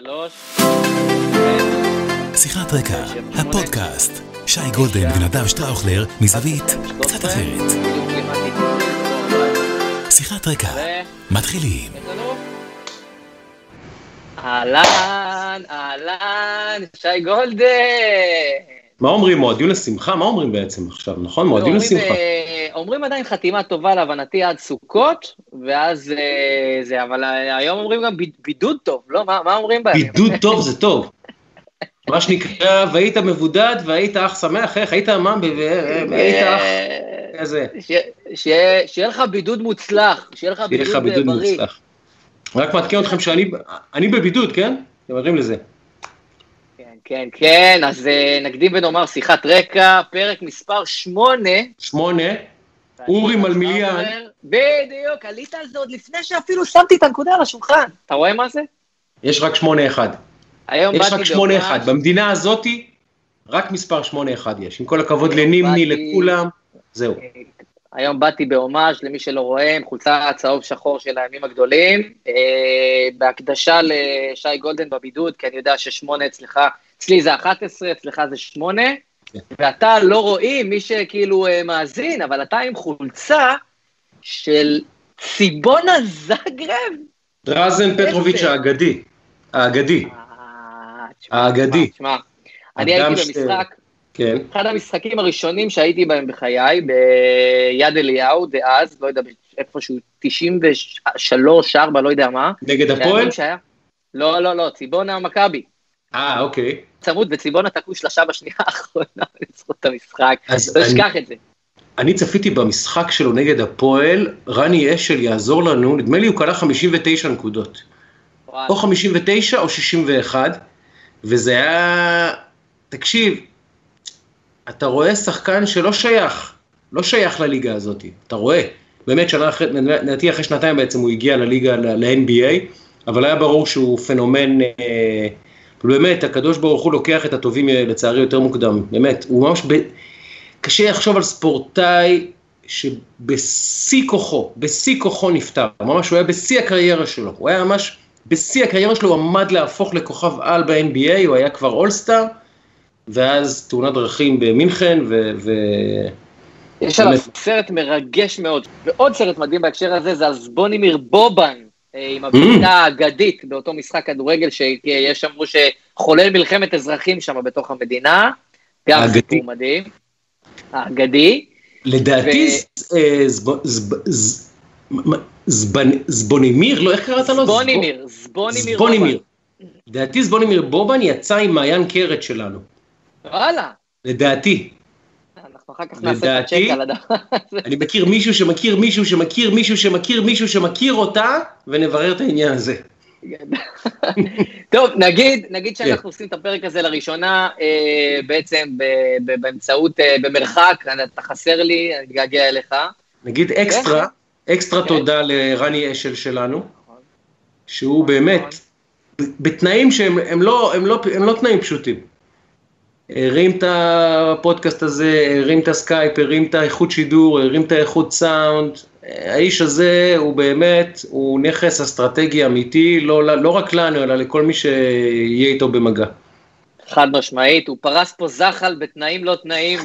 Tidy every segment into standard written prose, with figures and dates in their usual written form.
3. שיחת רקע, הפודקאסט. שי גולדן ונדב שטראוכלר מזווית קצת אחרת. שיחת רקע, מתחילים. אהלן, שי גולדן. מה אומרים? מועדים לשמחה? מה אומרים בעצם עכשיו, נכון? מועדים לשמחה. אומרים עדיין חתימה טובה להבנתי עד סוכות, ואז זה, אבל היום אומרים גם בידוד טוב, לא? מה אומרים בהם? בידוד טוב זה טוב. מה שנקרא, והיית מבודד, והיית אח שמח, איך? היית מה? והיית אח... איזה? שיהיה לך בידוד מוצלח, שיהיה לך בידוד בריא. רק מעדכן אתכם שאני בבידוד, כן? אתם אומרים לזה. כן, אז נקדים ונאמר שיחת רקע, פרק מספר 8. 8, אורי מלמיליאן. בדיוק, עלית על זה עוד לפני שאפילו שמתי את הנקודה על השולחן. אתה רואה מה זה? יש רק 8-1. יש רק 8-1. במדינה הזאת, רק מספר 8-1 יש. עם כל הכבוד לנימני, לכולם, זהו. היום באתי בהומאז' למי שלא רואה, עם חולצה צהוב שחור של הימים הגדולים, בהקדשה לשי גולדן בבידוד, כי אני יודע ש8 אצלך, אצלי זה 11, אצלך זה 8, ואתה לא רואים, מי שכאילו מאזין, אבל אתה עם חולצה של ציבונה זאגרב. דרזן פטרוביץ' האגדי. תשמע, אני הייתי במשחק, כן. אחד המשחקים הראשונים שהייתי בהם בחיי, ביד אליהו, דאז, לא יודע, איפשהו 93, 4, לא יודע מה. נגד הפועל? לא, ציבונה מכבי. אוקיי. צמוד, וציבונה תקעו שלושה בשנייה האחרונה, לזכות את המשחק. לא אשכח את זה. אני צפיתי במשחק שלו נגד הפועל, רני אשל יעזור לנו, נדמה לי הוא קלה 59 נקודות. או 59 או 61, וזה היה, תקשיב, אתה רואה שחקן שלא שייך לליגה הזאת, אתה רואה, באמת נעתי אחרי שנתיים בעצם הוא הגיע לליגה, ל-NBA, אבל היה ברור שהוא פנומן, באמת, הקדוש ברוך הוא לוקח את הטובים לצערי יותר מוקדם, באמת, הוא ממש, קשה לחשוב על ספורטאי שבשיא כוחו נפטר, ממש הוא היה בשיא הקריירה שלו, הוא היה ממש בשיא הקריירה שלו, הוא עמד להפוך לכוכב על ב-NBA, הוא היה כבר אולסטאר, ואז תאונת דרכים במינכן, יש עליו סרט מרגש מאוד, ועוד סרט מדהים בהקשר הזה, זה זבונימיר בובן, עם הבעיטה האגדית, באותו משחק כדורגל, שיש אמרו שחולל מלחמת אזרחים שם בתוך המדינה, גם סיפור מדהים, האגדי. לדעתי, זבונימיר, לא, איך קראת לו? זבונימיר. לדעתי זבונימיר בובן יצא עם מעיין קרת שלנו. וואלה. לדעתי. אנחנו אחר כך נעשה את הצ'ק על הדבר הזה. אני מכיר מישהו שמכיר מישהו שמכיר מישהו שמכיר מישהו שמכיר אותה, ונברר את העניין הזה. טוב, נגיד שאנחנו עושים את הפרק הזה לראשונה, בעצם באמצעות, במרחק, אתה חסר לי, אני אגע אליך. נגיד אקסטרה תודה לרני אשל שלנו, שהוא באמת, בתנאים שהם לא תנאים פשוטים. הרים את הפודקאסט הזה, הרים את הסקייפ, הרים את האיכות שידור, הרים את האיכות סאונד. האיש הזה הוא באמת, הוא נכס אסטרטגי אמיתי, לא רק לנו, אלא לכל מי שיהיה איתו במגע. חד משמעית, הוא פרס פה זחל בתנאים לא תנאים.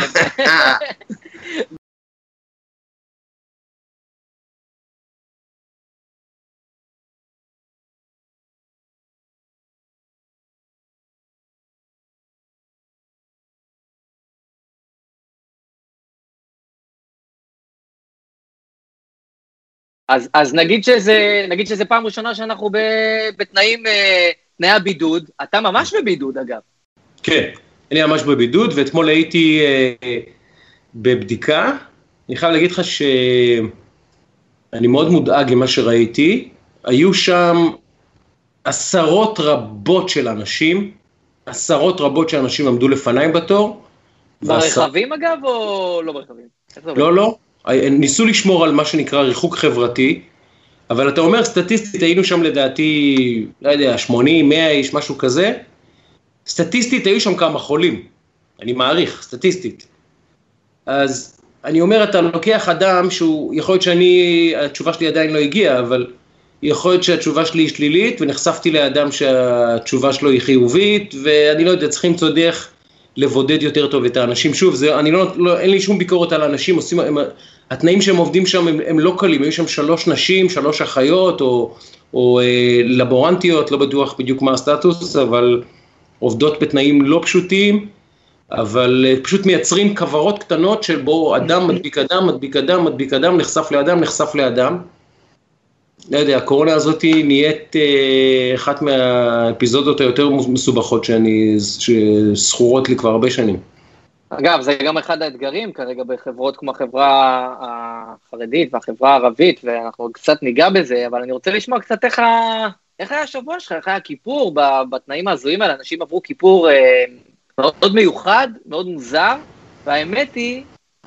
אז נגיד שזה פעם ראשונה שאנחנו בתנאים, תנאי הבידוד, אתה ממש בבידוד אגב. כן, אני ממש בבידוד, ואתמול הייתי בבדיקה, אני חייב להגיד לך שאני מאוד מודאג עם מה שראיתי, היו שם עשרות רבות של אנשים עמדו לפניי בתור. ברכבים אגב או לא ברכבים? לא. ניסו לשמור על מה שנקרא ריחוק חברתי, אבל אתה אומר סטטיסטית, היינו שם לדעתי, לא יודע, 80, 100 איש, משהו כזה, סטטיסטית היו שם כמה חולים, אני מעריך, סטטיסטית. אז אני אומר, אתה לוקח אדם שהוא, יכול להיות התשובה שלי עדיין לא הגיעה, אבל יכול להיות שהתשובה שלי היא שלילית, ונחשפתי לאדם שהתשובה שלו היא חיובית, ואני לא יודע, צריכים למצוא דרך לבודד יותר טוב את האנשים. שוב, אין לי שום ביקורת על האנשים, התנאים שהם עובדים שם הם לא קלים, היו שם 3 נשים, 3 אחיות, או לבורנטיות, לא בטוח בדיוק מה הסטטוס, אבל עובדות בתנאים לא פשוטים, אבל פשוט מייצרים כוורות קטנות של בו אדם מדביק אדם, מדביק אדם, מדביק אדם, נחשף לאדם, נחשף לאדם. לא יודע, הקורונה הזאת נהיית אחת מהאפיזודות היותר מסובכות שסחורות לי כבר הרבה שנים. אגב, זה גם אחד האתגרים כרגע בחברות כמו החברה החרדית והחברה הערבית, ואנחנו קצת ניגע בזה, אבל אני רוצה לשמוע קצת איך היה השבוע שלך, איך היה כיפור בתנאים ההזויים האלה, אנשים עברו כיפור מאוד מיוחד, מאוד מוזר, והאמת היא,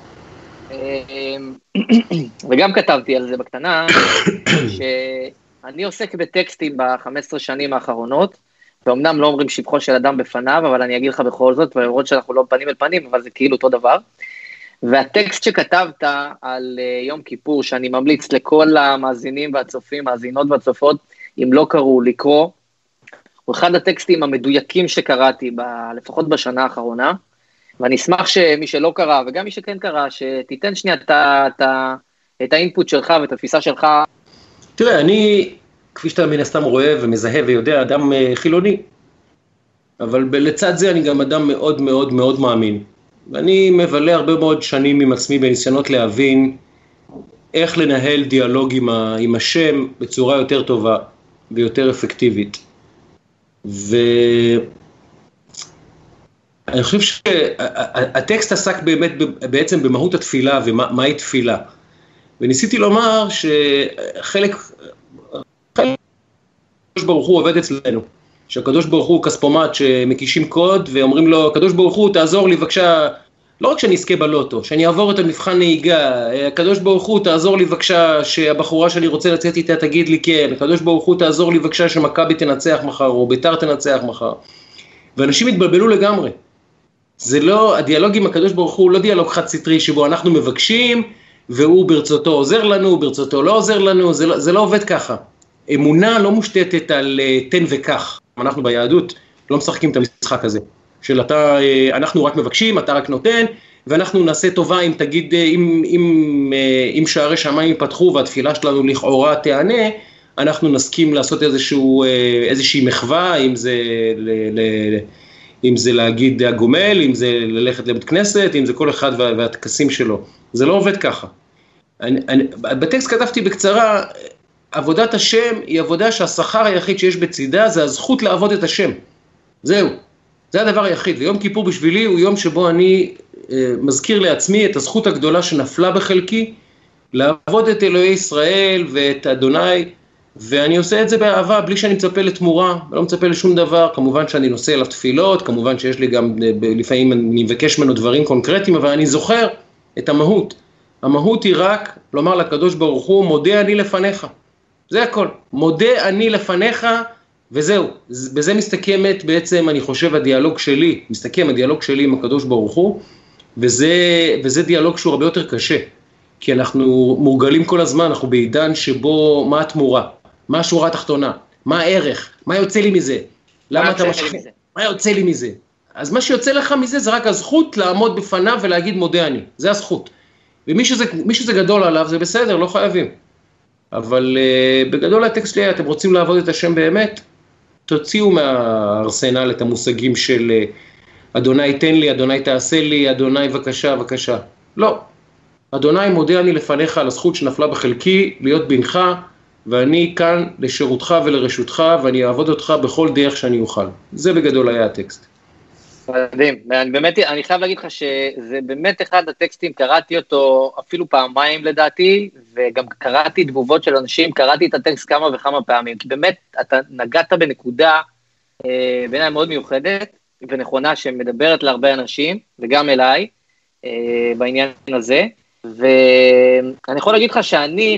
וגם כתבתי על זה בקטנה, שאני עוסק בטקסטים ב-15 שנים האחרונות, ואומנם לא אומרים שבחו של אדם בפניו, אבל אני אגיד לך בכל זאת, ולראות שאנחנו לא פנים אל פנים, אבל זה כאילו אותו דבר. והטקסט שכתבת על יום כיפור, שאני ממליץ לכל המאזינים והצופים, מאזינות והצופות, אם לא קראו, לקרוא, הוא אחד הטקסטים המדויקים שקראתי, לפחות בשנה האחרונה, ואני אשמח שמי שלא קרא, וגם מי שכן קרא, שתיתן שנייה את האינפוט שלך ואת התפיסה שלך. תראה, אני, כפי שאתה מן הסתם רואה ומזהה ויודע, אדם חילוני, אבל לצד זה אני גם אדם מאוד מאוד מאוד מאמין. ואני מבלה הרבה מאוד שנים עם עצמי בניסיונות להבין איך לנהל דיאלוג עם השם בצורה יותר טובה ויותר אפקטיבית. ואני חושב שהטקסט עסק באמת בעצם במהות התפילה ומהי תפילה. וניסיתי לומר שחלק הקדוש ברוך הוא עובד אצלנו, שהקדוש ברוך הוא כספומט שמקישים קוד ואומרים לו, הקדוש ברוך הוא תעזור לי בבקשה, לא רק שאני אזכה בלוטו, שאני אעבור את המבחן נהיגה, הקדוש ברוך הוא תעזור לי בבקשה שהבחורה שאני רוצה לצאת איתה תגיד לי כן, הקדוש ברוך הוא תעזור לי בבקשה שמכבי תנצח מחר או ביתר תנצח מחר. ואנשים התבלבלו לגמרי. זה לא, הדיאלוג עם הקדוש ברוך הוא לא דיאלוג חד סטרי שבו אנחנו מבקשים והוא ברצותו עוזר לנו, ברצותו לא עוזר לנו, זה לא עובד ככה. אמונה לא מושתתת על תן וכך. אנחנו ביהדות לא משחקים את המשחק הזה. של אנחנו רק מבקשים, אתה רק נותן, ואנחנו נעשה טובה אם תגיד, אם שערי שמיים יפתחו והתפילה שלנו לכאורה תענה, אנחנו נסכים לעשות איזושהי מחווה, אם זה להגיד הגומל, אם זה ללכת לבית כנסת, אם זה כל אחד והתקסים שלו. זה לא עובד ככה. בטקסט כתבתי בקצרה, עבודת השם היא עבודה שהשכר היחיד שיש בצידה, זה הזכות לעבוד את השם. זהו. זה הדבר היחיד, ויום כיפור בשבילי הוא יום שבו אני מזכיר לעצמי את הזכות הגדולה שנפלה בחלקי, לעבוד את אלוהי ישראל ואת אדוני, ואני עושה את זה באהבה, בלי שאני מצפה לתמורה, ולא מצפה לשום דבר, כמובן שאני נושא אליו תפילות, כמובן שיש לי גם, לפעמים אני מבקש ממנו דברים קונקרטיים, אבל אני זוכר את המהות. המהות היא רק לומר לקדוש ברוך הוא, מודה אני לפניך. זה הכל, מודה אני לפניך, וזהו, בזה מסתכמת בעצם, אני חושב, הדיאלוג שלי עם הקדוש ברוך הוא, וזה דיאלוג שהוא הרבה יותר קשה, כי אנחנו מורגלים כל הזמן, אנחנו בעידן שבו, מה התמורה, מה השורה התחתונה, מה הערך, מה יוצא לי מזה, למה אתה משחק, מה יוצא לי מזה, אז מה שיוצא לך מזה זה רק הזכות לעמוד בפניו ולהגיד מודה אני, זה הזכות, ומי שזה גדול עליו זה בסדר, לא חייבים, אבל בגדול הטקסט לי, אתם רוצים לעבוד את השם באמת, תוציאו מהארסנל את המושגים של אדוני תן לי, אדוני תעשה לי, אדוני בבקשה, בבקשה. לא. אדוני מודה אני לפניך על הזכות שנפלה בחלקי, להיות בנך, ואני כאן לשירותך ולרשותך, ואני אעבוד אותך בכל דרך שאני אוכל. זה בגדול היה הטקסט. מדהים. אני חייב להגיד לך שזה באמת אחד הטקסטים, קראתי אותו אפילו פעמיים לדעתי, וגם קראתי תגובות של אנשים, קראתי את הטקסט כמה וכמה פעמים, כי באמת אתה נגעת בנקודה בעיניי מאוד מיוחדת ונכונה, שמדברת להרבה אנשים, וגם אליי, בעניין הזה, ואני יכול להגיד לך שאני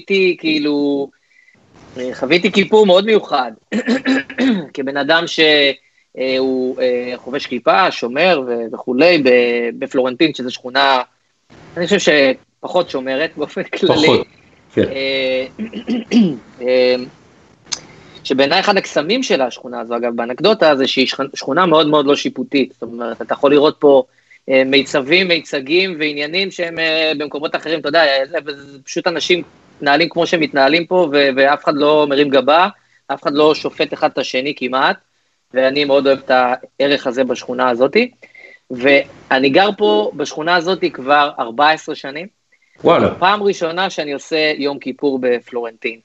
חוויתי כיפור מאוד מיוחד, כבן אדם שהוא חובש כיפה, שומר וכולי, בפלורנטין, שזו שכונה, אני חושב שפחות שומרת באופן כללי. כן. שבעיניי אחד הקסמים של השכונה הזו, אגב, באנקדוטה, זה שהיא שכונה מאוד מאוד לא שיפוטית, זאת אומרת, אתה יכול לראות פה מיצבים, מיצגים ועניינים שהם במקומות אחרים, אתה יודע, זה פשוט אנשים מתנהלים כמו שהם מתנהלים פה, ואף אחד לא מרים גבה, אף אחד לא שופט אחד את השני כמעט, ואני מאוד אוהב את הערך הזה בשכונה הזאת, ואני גר פה בשכונה הזאת כבר 14 שנים, וואלה. פעם ראשונה שאני עושה יום כיפור בפלורנטין,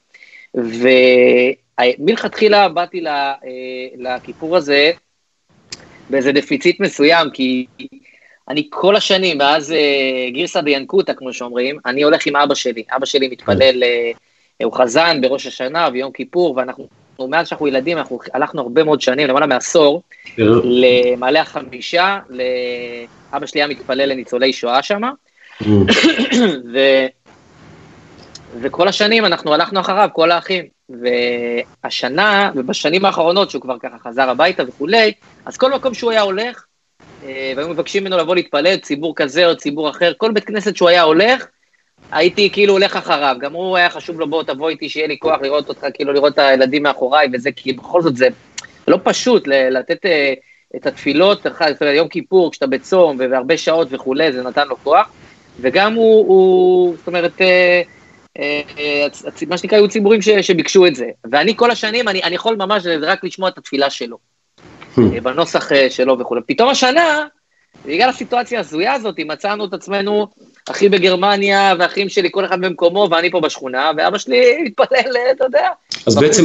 מלכתחילה באתי לכיפור הזה באיזה דפיציט מסוים, כי אני כל השנים, ואז גירסא דיינקותא, כמו שאומרים, אני הולך עם אבא שלי מתפלל, הוא חזן בראש השנה ויום כיפור, ואנחנו, מאז שאנחנו ילדים, אנחנו הלכנו הרבה מאוד שנים, למעלה מעשור, למעלה החמישה, אבא שלי היה מתפלל לניצולי שואה שם, וכל השנים אנחנו הלכנו אחריו, כל האחים, והשנה, ובשנים האחרונות, שהוא כבר ככה חזר הביתה וכולי, אז כל מקום שהוא היה הולך, והיו מבקשים ממנו לבוא להתפלל, ציבור כזה או ציבור אחר, כל בית כנסת שהוא היה הולך, הייתי כאילו הולך אחריו, גם הוא היה חשוב לו, בוא תבוא איתי שיהיה לי כוח לראות אותך, כאילו לראות את הילדים מאחוריי, וזה כי בכל זאת זה לא פשוט לתת את התפילות, יום כיפור, כשאתה בצום, והרבה שעות וכולי, זה נתן לו כוח, וגם הוא זאת אומרת, מה שנקרא, היו ציבורים שביקשו את זה, ואני כל השנים, אני יכול ממש רק לשמוע את התפילה שלו, בנוסח שלו וכו'. פתאום השנה, בגלל הסיטואציה הזויה הזאת, מצאנו את עצמנו, אחי בגרמניה, ואחים שלי כל אחד במקומו, ואני פה בשכונה, ואבא שלי התפלל, אתה יודע. אז בעצם,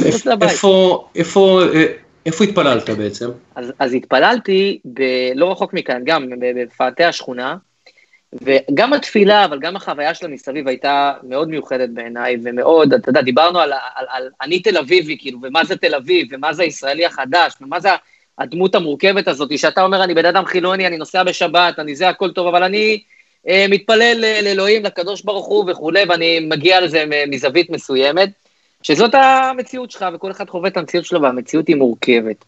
איפה התפללת בעצם? אז התפללתי, לא רחוק מכאן, גם בפאתי השכונה, וגם התפילה, אבל גם החוויה שלה מסביב הייתה מאוד מיוחדת בעיניי, ומאוד, אתה יודע, דיברנו על אני תל אביבי, כאילו, ומה זה תל אביב, ומה זה הישראלי החדש, ומה זה הדמות המורכבת הזאת, שאתה אומר, אני בן אדם חילוני, אני נוסע בשבת, אני זה הכל טוב, אבל אני מתפלל לאלוהים, לקדוש ברוך הוא וכו', ואני מגיע לזה מזווית מסוימת, שזאת המציאות שלך, וכל אחד חווה את המציאות שלו, והמציאות היא מורכבת.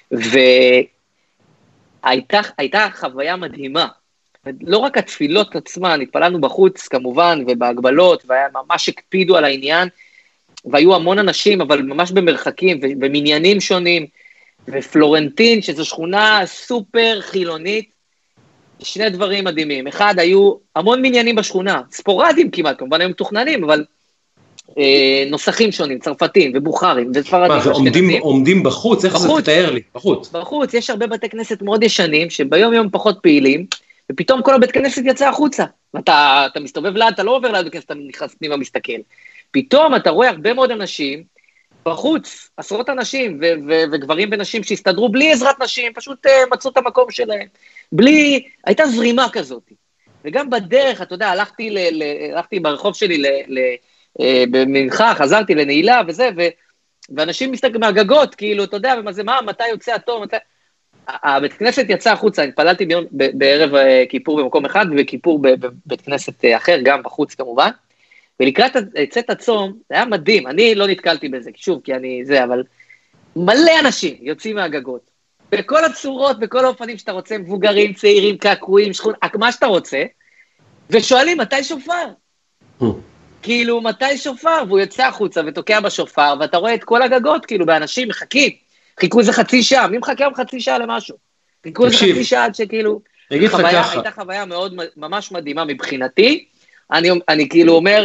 והייתה חוויה מדהימה, לא רק התפילות עצמן, התפללנו בחוץ כמובן, ובהגבלות, וממש הקפידו על העניין, והיו המון אנשים, אבל ממש במרחקים, ובמניינים שונים, ופלורנטין, שזו שכונה סופר חילונית, שני דברים מדהימים. אחד, היו המון מניינים בשכונה, ספורדים כמעט, כמובן היו מתוכננים, אבל נוסחים שונים, צרפתים ובוכרים, וספרדים. עומדים בחוץ, איך זה תתאר לי? בחוץ, יש הרבה בתי כנסת מאוד ישנים, שביום יום פחות פעילים, ופתאום כל הבית כנסת יצא החוצה, ואתה מסתובב לאט, אתה לא עובר לאט בכנסת, אתה נכנס פנימה מסתכל. פתאום אתה רואה הרבה מאוד אנשים, בחוץ, עשרות אנשים, וגברים ונשים שהסתדרו בלי עזרת נשים, פשוט מצאו את המקום שלהם, הייתה זרימה כזאת. וגם בדרך, אתה יודע, הלכתי ברחוב שלי במנחה, חזרתי לנעילה וזה, ואנשים מסתכלים מהגגות, כאילו, אתה יודע, מתי יוצא התור, הבית כנסת יצא החוצה, התפללתי בערב כיפור במקום אחד, וכיפור בבית כנסת אחר, גם בחוץ כמובן, ולקראת צאת הצום, זה היה מדהים, אני לא נתקלתי בזה, שוב, כי אני זה, אבל מלא אנשים יוצאים מהגגות, בכל הצורות, בכל האופנים שאתה רוצה, מבוגרים, צעירים, קעקועים, מה שאתה רוצה, ושואלים, מתי שופר? כאילו, מתי שופר? והוא יוצא החוצה ותוקע בשופר, ואתה רואה את כל הגגות, כאילו, באנשים מחכים, חיכו איזה חצי שעה, מי מחכה עם חצי שעה למשהו? חיכו איזה חצי שעה עד שכאילו, הייתה חוויה מאוד, ממש מדהימה מבחינתי, אני כאילו אומר,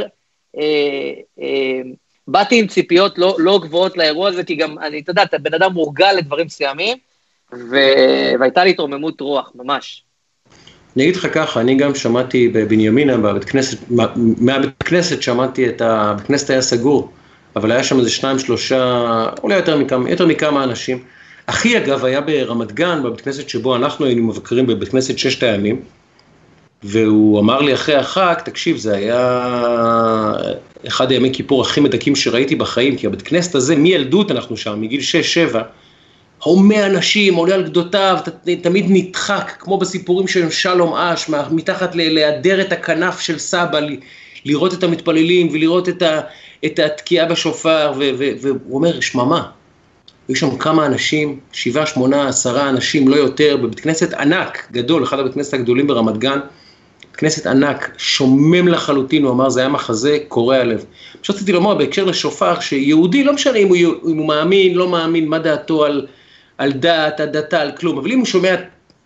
באתי עם ציפיות לא גבוהות לאירוע הזה, כי גם, אתה יודע, בן אדם מורגל לדברים מסוימים, והייתה לי התרוממות רוח, ממש. אני אגיד לך ככה, אני גם שמעתי בבנימינה, מהבית כנסת שמעתי הבית כנסת היה סגור, אבל היה שם איזה 2-3, אולי יותר מכמה אנשים. אחי אגב היה ברמת גן, בבית כנסת שבו אנחנו היינו מבקרים בבית כנסת 6 הימים, והוא אמר לי אחרי החג, תקשיב, זה היה אחד הימי כיפור הכי מדקים שראיתי בחיים, כי הבית כנסת הזה, מילדות אנחנו שם, מגיל 6-7, הומה אנשים, עולה על גדותיו, תמיד נדחק, כמו בסיפורים של שלום אש, מתחת להיעדר את הכנף של סבא, לראות את המתפללים ולראות את התקיעה בשופר, והוא אומר, שממה, יש שם כמה אנשים, 7, 8, 10 אנשים, לא יותר, בבית כנסת ענק, גדול, אחד הבית כנסת הגדולים ברמת גן, כנסת ענק, שומם לחלוטין, הוא אמר, זה היה מחזה קורע לב. רציתי לומר, בהקשר לשופר, שיהודי, לא משנה אם הוא מאמין, לא מאמין, מה דעתו על דת, הדתה, על כלום, אבל אם הוא שומע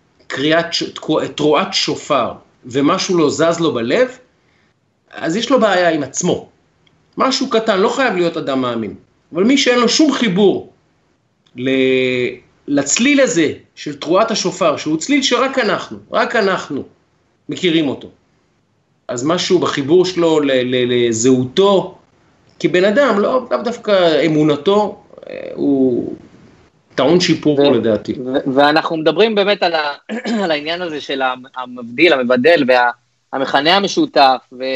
תרועת שופר, ומשהו לא זז לו בלב, אז יש לו בעיה עם עצמו. משהו קטן, לא חייב להיות אדם מאמין, אבל מי שאין לו שום חיבור לצליל הזה של תרועת השופר, שהוא צליל שרק אנחנו מכירים אותו. אז משהו בחיבור שלו לזהותו, כבן אדם, לא דווקא אמונתו, הוא טעון שיפור לדעתי. ואנחנו מדברים באמת על העניין הזה של המבדיל, המבדל, והמכנה המשותף,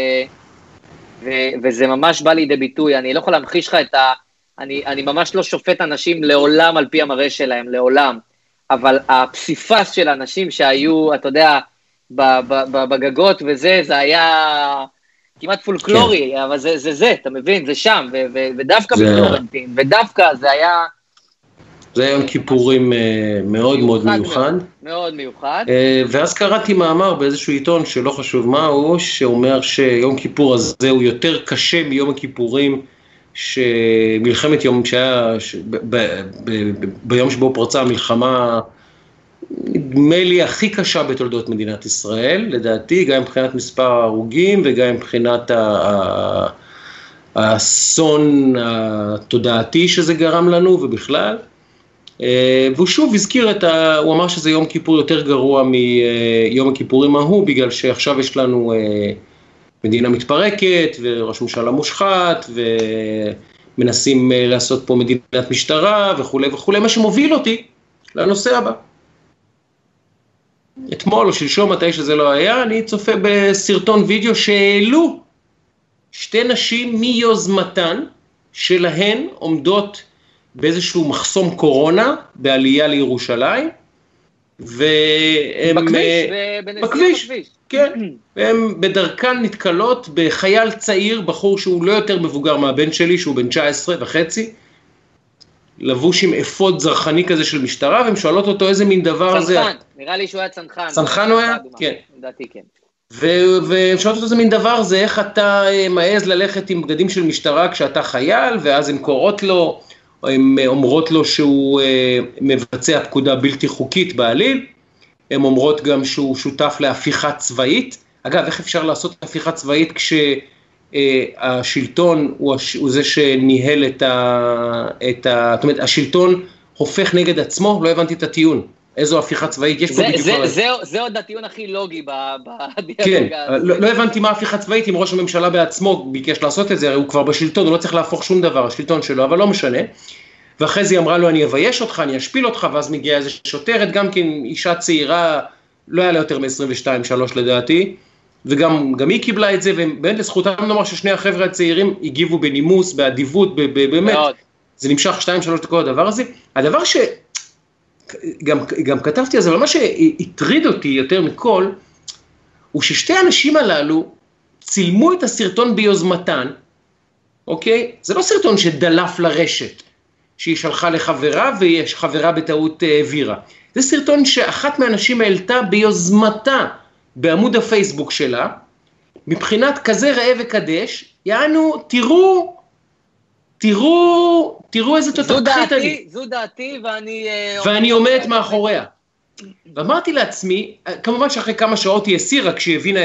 וזה ממש בא לידי ביטוי. אני לא יכול להמחיש לך אני ממש לא שופט אנשים לעולם על פי המראה שלהם, לעולם, אבל הפסיפס של אנשים שהיו, אתה יודע, בגגות וזה, זה היה כמעט פולקלורי, כן. אבל זה, אתה מבין, זה שם, ודווקא בפלורנטין, ודווקא זה היה... זה יום כיפורים מאוד מאוד מיוחד. מאוד מיוחד. ואז קראתי מאמר באיזשהו עיתון שלא חשוב מהו, שאומר שיום כיפור הזה הוא יותר קשה מיום הכיפורים, שמלחמת יום שהיה, ביום שבו פרצה המלחמה, נדמה לי הכי קשה בתולדות מדינת ישראל, לדעתי, גם מבחינת מספר ההרוגים וגם מבחינת האסון התודעתי שזה גרם לנו ובכלל. והוא שוב הזכיר הוא אמר שזה יום כיפור יותר גרוע מיום הכיפורים ההוא, בגלל שעכשיו יש לנו מדינה מתפרקת וראש ממשלה מושחת ומנסים לעשות פה מדינת משטרה וכו' וכו', מה שמוביל אותי לנושא הבא. אתמול או שלשום, מתי שזה לא היה, אני צופה בסרטון וידאו שהעלו שתי נשים מיוזמתן שלהן עומדות באיזשהו מחסום קורונה בעלייה לירושלים, והם... בכביש, כן. והם בדרכן נתקלות בחייל צעיר, בחור שהוא לא יותר מבוגר מהבן שלי, שהוא בן 19 וחצי, לבוש עם אפוד זרחני כזה של משטרה, והם שואלות אותו איזה מין דבר הזה. צנחן, נראה לי שהוא היה צנחן. צנחן הוא היה? כן. לדעתי כן. והם שואלות אותו איזה מין דבר זה, איך אתה מעז ללכת עם בגדים של משטרה כשאתה חייל, ואז הן קוראות לו, או הן אומרות לו שהוא מבצע פקודה בלתי חוקית בעליל, הן אומרות גם שהוא שותף להפיכה צבאית. אגב, איך אפשר לעשות הפיכה צבאית כשהשלטון הוא זה שניהל זאת אומרת, השלטון הופך נגד עצמו? לא הבנתי את הטיעון. איזו הפיכה צבאית יש פה בדיוק? זה עוד הטיעון הכי לוגי בדיאלוג. כן, לא הבנתי מה הפיכה צבאית אם ראש הממשלה בעצמו ביקש לעשות את זה, הרי הוא כבר בשלטון, הוא לא צריך להפוך שום דבר, השלטון שלו, אבל לא משנה. ואחרי זה היא אמרה לו, אני אבייש אותך, אני אשפיל אותך, ואז מגיעה איזו שוטרת, גם כן אישה צעירה, לא היה לה יותר מ-22-3 לדעתי, וגם היא קיבלה את זה, ובאמת לזכותם לומר ששני החבר'ה הצעירים הגיבו בנימוס, באדיבות, באמת, זה נמשך 2-3 דקות הדבר הזה. הדבר גם כתבתי על זה, אבל מה שהטריד אותי יותר מכל, הוא ששתי האנשים הללו צילמו את הסרטון ביוזמתן, אוקיי? זה לא סרטון שדלף לרשת, שהיא שלחה לחברה ויש חברה בטעות העבירה. זה סרטון שאחת מהאנשים העלתה ביוזמתה בעמוד הפייסבוק שלה, מבחינת כזה ראה וקדש, יענו, תראו איזה תותחית אני. זו דעתי ואני עומדת מאחוריה. ואמרתי לעצמי, כמובן שאחרי כמה שעות היא הסירה כשהיא הבינה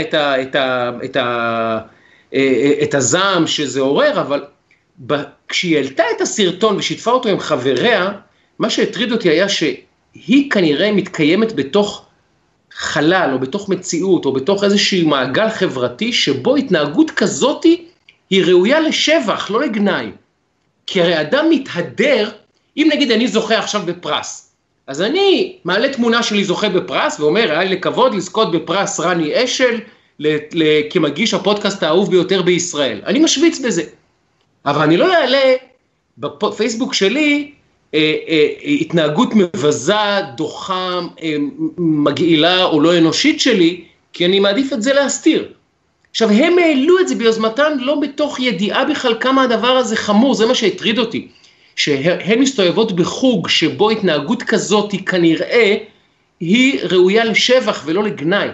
את הזעם שזה עורר, אבל כשהיא העלתה את הסרטון ושיתפה אותו עם חבריה, מה שהטריד אותי היה שהיא כנראה מתקיימת בתוך חלל או בתוך מציאות או בתוך איזשהו מעגל חברתי שבו התנהגות כזאת היא ראויה לשבח, לא לגנאי. כי הרי אדם מתהדר, אם נגיד אני זוכה עכשיו בפרס, אז אני מעלה תמונה שלי זוכה בפרס ואומר, היה לי לכבוד לזכות בפרס רני אשל כמגיש הפודקאסט האהוב ביותר בישראל. אני משוויץ בזה. אבל אני לא אעלה בפייסבוק שלי התנהגות מבזה, דוחה, מגעילה או לא אנושית שלי, כי אני מעדיף את זה להסתיר. עכשיו, הם העלו את זה ביוזמתן לא בתוך ידיעה בכלל כמה הדבר הזה חמור, זה מה שהטריד אותי. שהן מסתובבות בחוג שבו התנהגות כזאת היא כנראה, היא ראויה לשבח ולא לגנאי.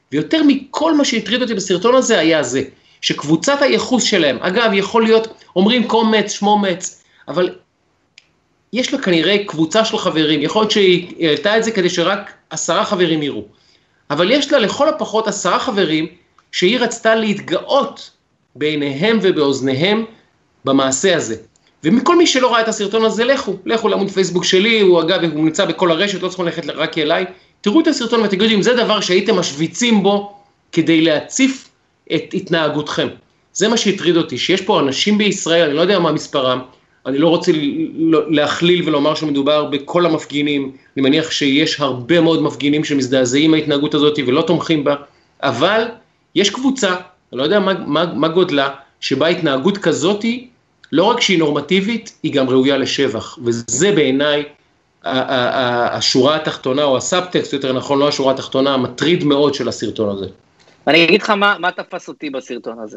ויותר מכל מה שהטריד אותי בסרטון הזה היה זה, שקבוצת הייחוס שלהם, אגב, יכול להיות, אומרים קומץ, שמומץ, אבל יש לה כנראה קבוצה של חברים, יכול להיות שהיא העלתה את זה כדי שרק 10 חברים יראו, אבל יש לה לכל הפחות 10 חברים, שהיא רצתה להתגאות בעיניהם ובאוזניהם במעשה הזה. ומכל מי שלא ראה את הסרטון הזה, לכו לעמוד פייסבוק שלי, הוא אגב, הוא נמצא בכל הרשת, לא צריכים ללכת רק אליי, תראו את הסרטון ותגידו אם זה דבר שהייתם משוויצים בו, כדי להציף את התנהגותכם. זה מה שהטריד אותי, שיש פה אנשים בישראל, אני לא יודע מה מספרם, אני לא רוצה להכליל ולומר שמדובר בכל המפגינים, אני מניח שיש הרבה מאוד מפגינים שמזדעזעים מההתנהגות הזאת ולא תומכים בה, אבל יש קבוצה, אני לא יודע מה גודלה, שבה התנהגות כזאת, לא רק שהיא נורמטיבית, היא גם ראויה לשבח, וזה בעיניי השורה התחתונה, או הסאבטקסט, יותר נכון, לא השורה התחתונה, המטריד מאוד של הסרטון הזה. ואני אגיד לך מה תפס אותי בסרטון הזה,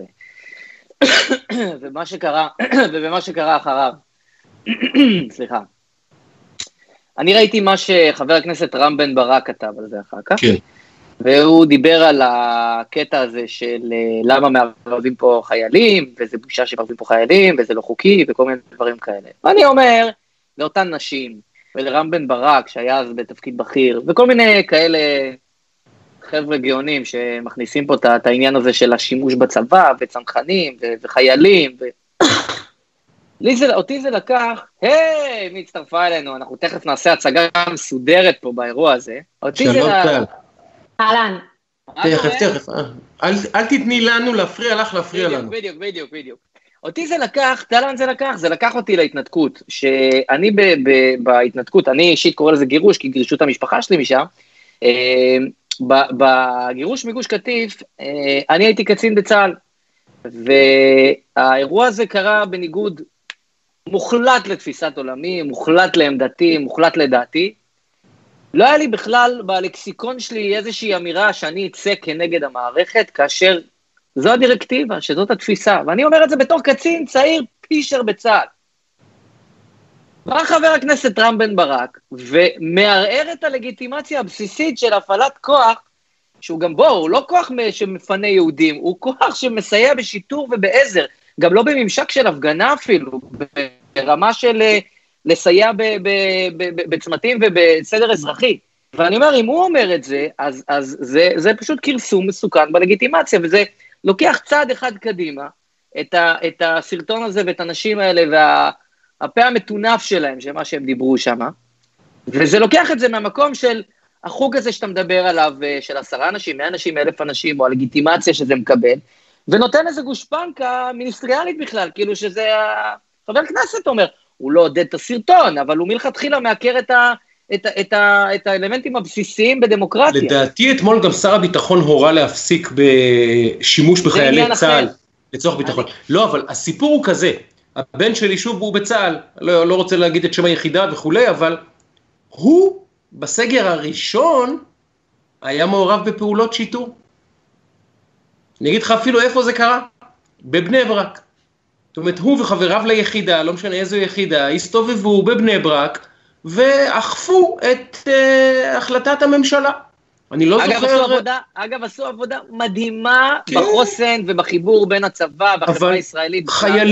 ומה שקרה אחריו, סליחה, אני ראיתי מה שחבר הכנסת רם בן ברק כתב על זה אחר כך, כן. והוא דיבר על הקטע הזה של למה מערבים פה חיילים, וזה בושה שמערבים פה חיילים, וזה לא חוקי, וכל מיני דברים כאלה. ואני אומר, לאותן נשים, ולרם בן ברק, שהיה אז בתפקיד בכיר, וכל מיני כאלה חבר'ה גאונים, שמכניסים פה את העניין הזה של השימוש בצבא, וצנחנים, וחיילים, אותי זה לקח, היי, מי הצטרפה אלינו, אנחנו תכף נעשה הצגה מסודרת פה באירוע הזה. שלום טל. אהלן. תכף. אל תתני לנו להפריע לך, להפריע לנו. בדיוק. אותי זה לקח, תלן זה לקח אותי להתנתקות, שאני בהתנתקות, אני אישית קורא לזה גירוש, כי גירשו את המשפחה שלי משם, בגירוש מגוש קטיף, אני הייתי קצין בצה"ל, והאירוע הזה קרה בניגוד מוחלט לתפיסת עולמי, מוחלט לעמדתי, מוחלט לדעתי, לא היה לי בכלל בלקסיקון שלי איזושהי אמירה שאני אצא כנגד המערכת, כאשר זו הדירקטיבה, שזאת התפיסה, ואני אומר את זה בתור קצין צעיר פישר בצה"ל. בא חבר הכנסת רם בן ברק, ומערער את הלגיטימציה הבסיסית של הפעלת כוח, שהוא גם הוא לא כוח שמפנה יהודים, הוא כוח שמסייע בשיטור ובעזר, גם לא בממשק של הפגנה אפילו, ברמה של לסייע בצמתים ובסדר אזרחי. ואני אומר, אם הוא אומר את זה, אז זה פשוט כרסום מסוכן בלגיטימציה, וזה לוקח צעד אחד קדימה, את הסרטון הזה ואת האנשים האלה, והפה המתונף שלהם, שמה שהם דיברו שם, וזה לוקח את זה מהמקום של החוג הזה שאתה מדבר עליו, של 10 אנשים, 100 אנשים, 1,000 אנשים, או הלגיטימציה שזה מקבל, ונותן איזה גושפנקה מיניסטריאלית בכלל, כאילו שזה חבר כנסת אומר, הוא לא עודד את הסרטון, אבל הוא מלכתחילה מעקר את האלמנטים הבסיסיים בדמוקרטיה. לדעתי אתמול גם שר הביטחון הורה להפסיק בשימוש בחיילי צה"ל, לצורך ביטחון. לא, אבל הסיפור הוא כזה, הבן שלי שוב הוא בצה"ל, לא רוצה להגיד את שם היחידה וכולי, אבל הוא בסגר הראשון היה מעורב בפעולות שיטור. אני אגיד לך אפילו איפה זה קרה, בבני ברק. זאת אומרת, הוא וחבריו ליחידה, לא משנה איזו יחידה, הסתובבו בבני ברק, ואכפו את החלטת הממשלה. אני לא זוכר... אגב, עשו עבודה מדהימה בחוסן ובחיבור בין הצבא, בחברה הישראלית.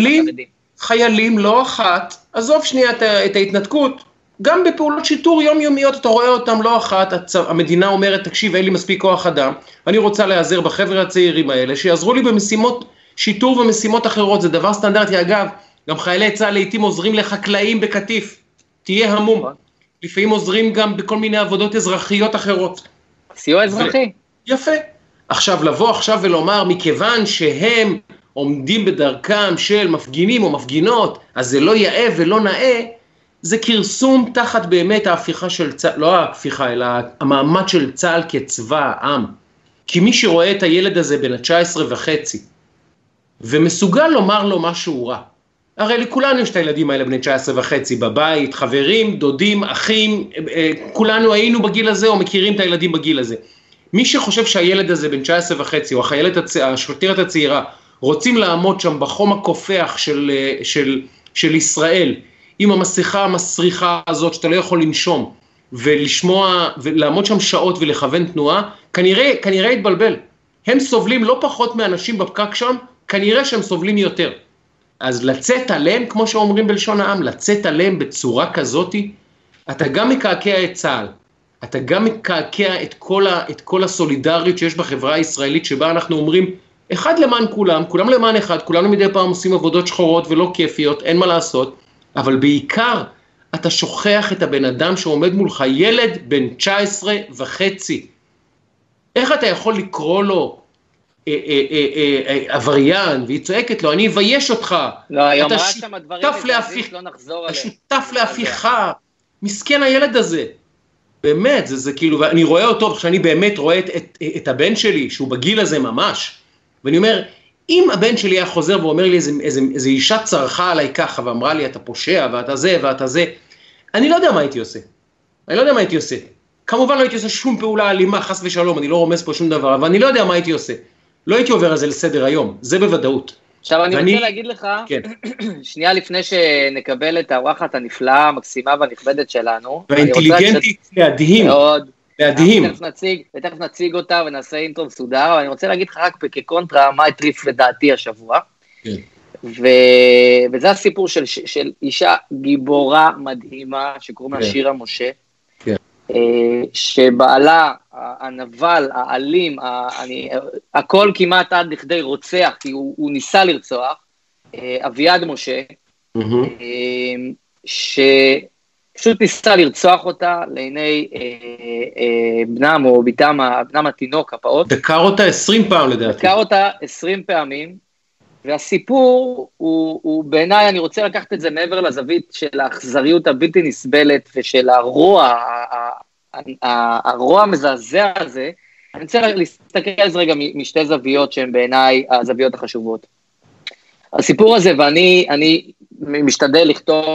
חיילים לא אחת, עזוב שנייה את ההתנתקות, גם בפעולות שיטור יומיומיות, אתה רואה אותם לא אחת, המדינה אומרת, תקשיב, אין לי מספיק כוח אדם, אני רוצה להיעזר בחבר'ה הצעירים האלה, שיעזרו לי במשימות שיטור ומשימות אחרות, זה דבר סטנדרטי. אגב, גם חיילי צה"ל לעתים עוזרים לחקלאים בקטיף, תהיה המום. לפעמים עוזרים גם בכל מיני עבודות אזרחיות אחרות. סיוע אזרחי. יפה. עכשיו, לבוא עכשיו ולומר, מכיוון שהם עומדים בדרכם של מפגינים או מפגינות, אז זה לא יאה ולא נאה, זה כרסום תחת באמת ההפיכה של צה"ל, לא ההפיכה, אלא המעמד של צה"ל כצבא העם. כי מי שרואה את הילד הזה בין 19.5, ומסוגל לומר לו משהו רע, הרי לכולנו יש את הילדים האלה בני 19.5 בבית, חברים, דודים, אחים, כולנו היינו בגיל הזה או מכירים את הילדים בגיל הזה. מי שחושב שהילד הזה בן 19.5 או השוטרת הצעירה רוצים לעמוד שם בחום הקופח של ישראל, עם המסכה המסריחה הזאת שאתה לא יכול לנשום, ולשמוע, ולעמוד שם שעות ולכוון תנועה, כנראה התבלבל. הם סובלים לא פחות מאנשים בפקק שם, כנראה שהם סובלים יותר. אז לצאת עליהם, כמו שאומרים בלשון העם, לצאת עליהם בצורה כזאת, אתה גם מקעקע את צה"ל, אתה גם מקעקע את כל הסולידריות שיש בחברה הישראלית, שבה אנחנו אומרים, אחד למען כולם, כולם למען אחד, כולנו מדי פעם עושים עבודות שחורות ולא כיפיות, אין מה לעשות, אבל בעיקר אתה שוכח את הבן אדם שעומד מולך, ילד בן 19.5. איך אתה יכול לקרוא לו עבריין, והיא צועקת לו, אני אבייש אותך. לא, היא אמרה שם הדברים לא נחזור עליהם. אתה שותף להפיכה. מסכן הילד הזה. באמת, זה כאילו, ואני רואה אותו, כשאני באמת רואה את הבן שלי, שהוא בגיל הזה ממש, ואני אומר, אם הבן שלי היה חוזר ואומר לי איזה אישה צרחה עליי ככה, ואמרה לי, אתה פושע, ואתה זה, ואתה זה, אני לא יודע מה הייתי עושה. כמובן לא הייתי עושה שום פעולה אלימה, חס ושלום, אני לא רומז פה שום דבר, אבל אני לא יודע מה הייתי עושה. לא הייתי עובר על זה לסדר היום, זה בוודאות. עכשיו אני רוצה להגיד לך, שנייה לפני שנקבל את האורחת הנפלאה, המקסימה והנכבדת שלנו. והאינטליגנטית להדהים. מאוד. ותכף נציג אותה ונעשה אינטרו מסודר, אבל אני רוצה להגיד לך רק כקונטרה, מה הטריף לדעתי השבוע. וזה הסיפור של אישה גיבורה מדהימה, שקוראים לה שירה משה. שבעלה, הנבל, האלים, הכל כמעט עד לכדי רוצח, כי הוא ניסה לרצוח, אביעד משה, שפשוט ניסה לרצוח אותה לעיני בנם או ביתם, בנם התינוק, הפעוט. דקר אותה 20 פעם לדעתי. דקר אותה 20 פעמים, והסיפור הוא בעיניי, אני רוצה לקחת את זה מעבר לזווית של האכזריות הבלתי נסבלת, ושל הרוע המזעזע הזה, אני רוצה להסתכל על זה רגע משתי זוויות, שהן בעיניי הזוויות החשובות. הסיפור הזה, ואני משתדל לכתוב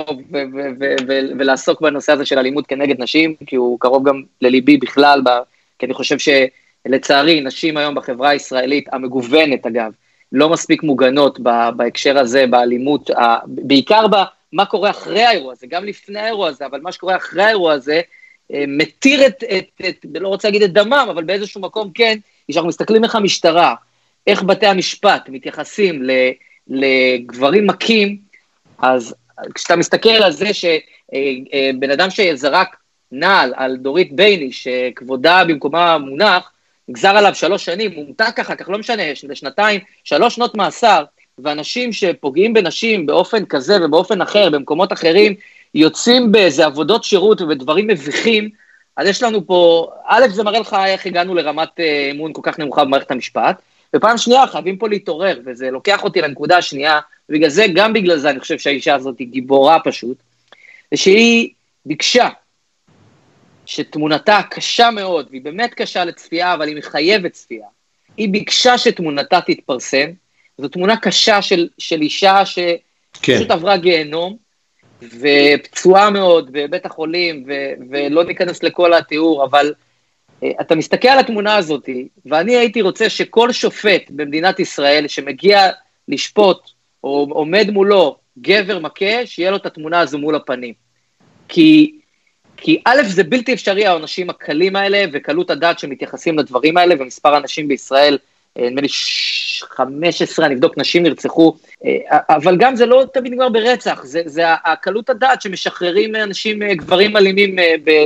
ולעסוק בנושא הזה של אלימות כנגד נשים, כי הוא קרוב גם לליבי בכלל, כי אני חושב שלצערי, נשים היום בחברה הישראלית, המגוונת אגב, לא מספיק מוגנות בהקשר הזה, באלימות, בעיקר במה קורה אחרי האירוע הזה, גם לפני האירוע הזה, אבל מה שקורה אחרי האירוע הזה, מתיר לא רוצה להגיד את דמם, אבל באיזשהו מקום כן, כשאנחנו מסתכלים איך המשטרה, איך בתי המשפט מתייחסים לגברים מכים, אז כשאתה מסתכל על זה שבן אדם שזרק נעל על דורית בייני, שכבודה במקומה מונח, נגזר עליו 3 שנים, הוא מומתק ככה, כך לא משנה, לשנתיים, 3 שנות מאסר, ואנשים שפוגעים בנשים באופן כזה ובאופן אחר, במקומות אחרים, יוצאים באיזה עבודות שירות ובדברים מביכים, אז יש לנו פה, א', זה מראה לך איך הגענו לרמת אמון כל כך נמוכה במערכת המשפט, ופעם שנייה חייבים פה להתעורר, וזה לוקח אותי לנקודה השנייה, ובגלל זה, גם בגלל זה אני חושב שהאישה הזאת היא גיבורה פשוט, ושהיא ביקשה, שתמונתה קשה מאוד, והיא באמת קשה לצפייה, אבל היא מחייבת צפייה, היא ביקשה שתמונתה תתפרסם, זו תמונה קשה של אישה שפשוט עברה גיהנום, ופצועה מאוד בבית החולים, ולא ניכנס לכל התיאור, אבל אתה מסתכל על התמונה הזאת, ואני הייתי רוצה שכל שופט במדינת ישראל, שמגיע לשפוט, או עומד מולו גבר מכה, שיהיה לו את התמונה הזו מול הפנים. כי א', זה בלתי אפשרי, העונשים הקלים האלה, וקלות הדעת שמתייחסים לדברים האלה, ומספר האנשים בישראל, נדמה לי 15, אני אבדוק, נשים נרצחו, אבל גם זה לא תמיד נגמר ברצח, זה הקלות הדעת שמשחררים אנשים, גברים אלימים,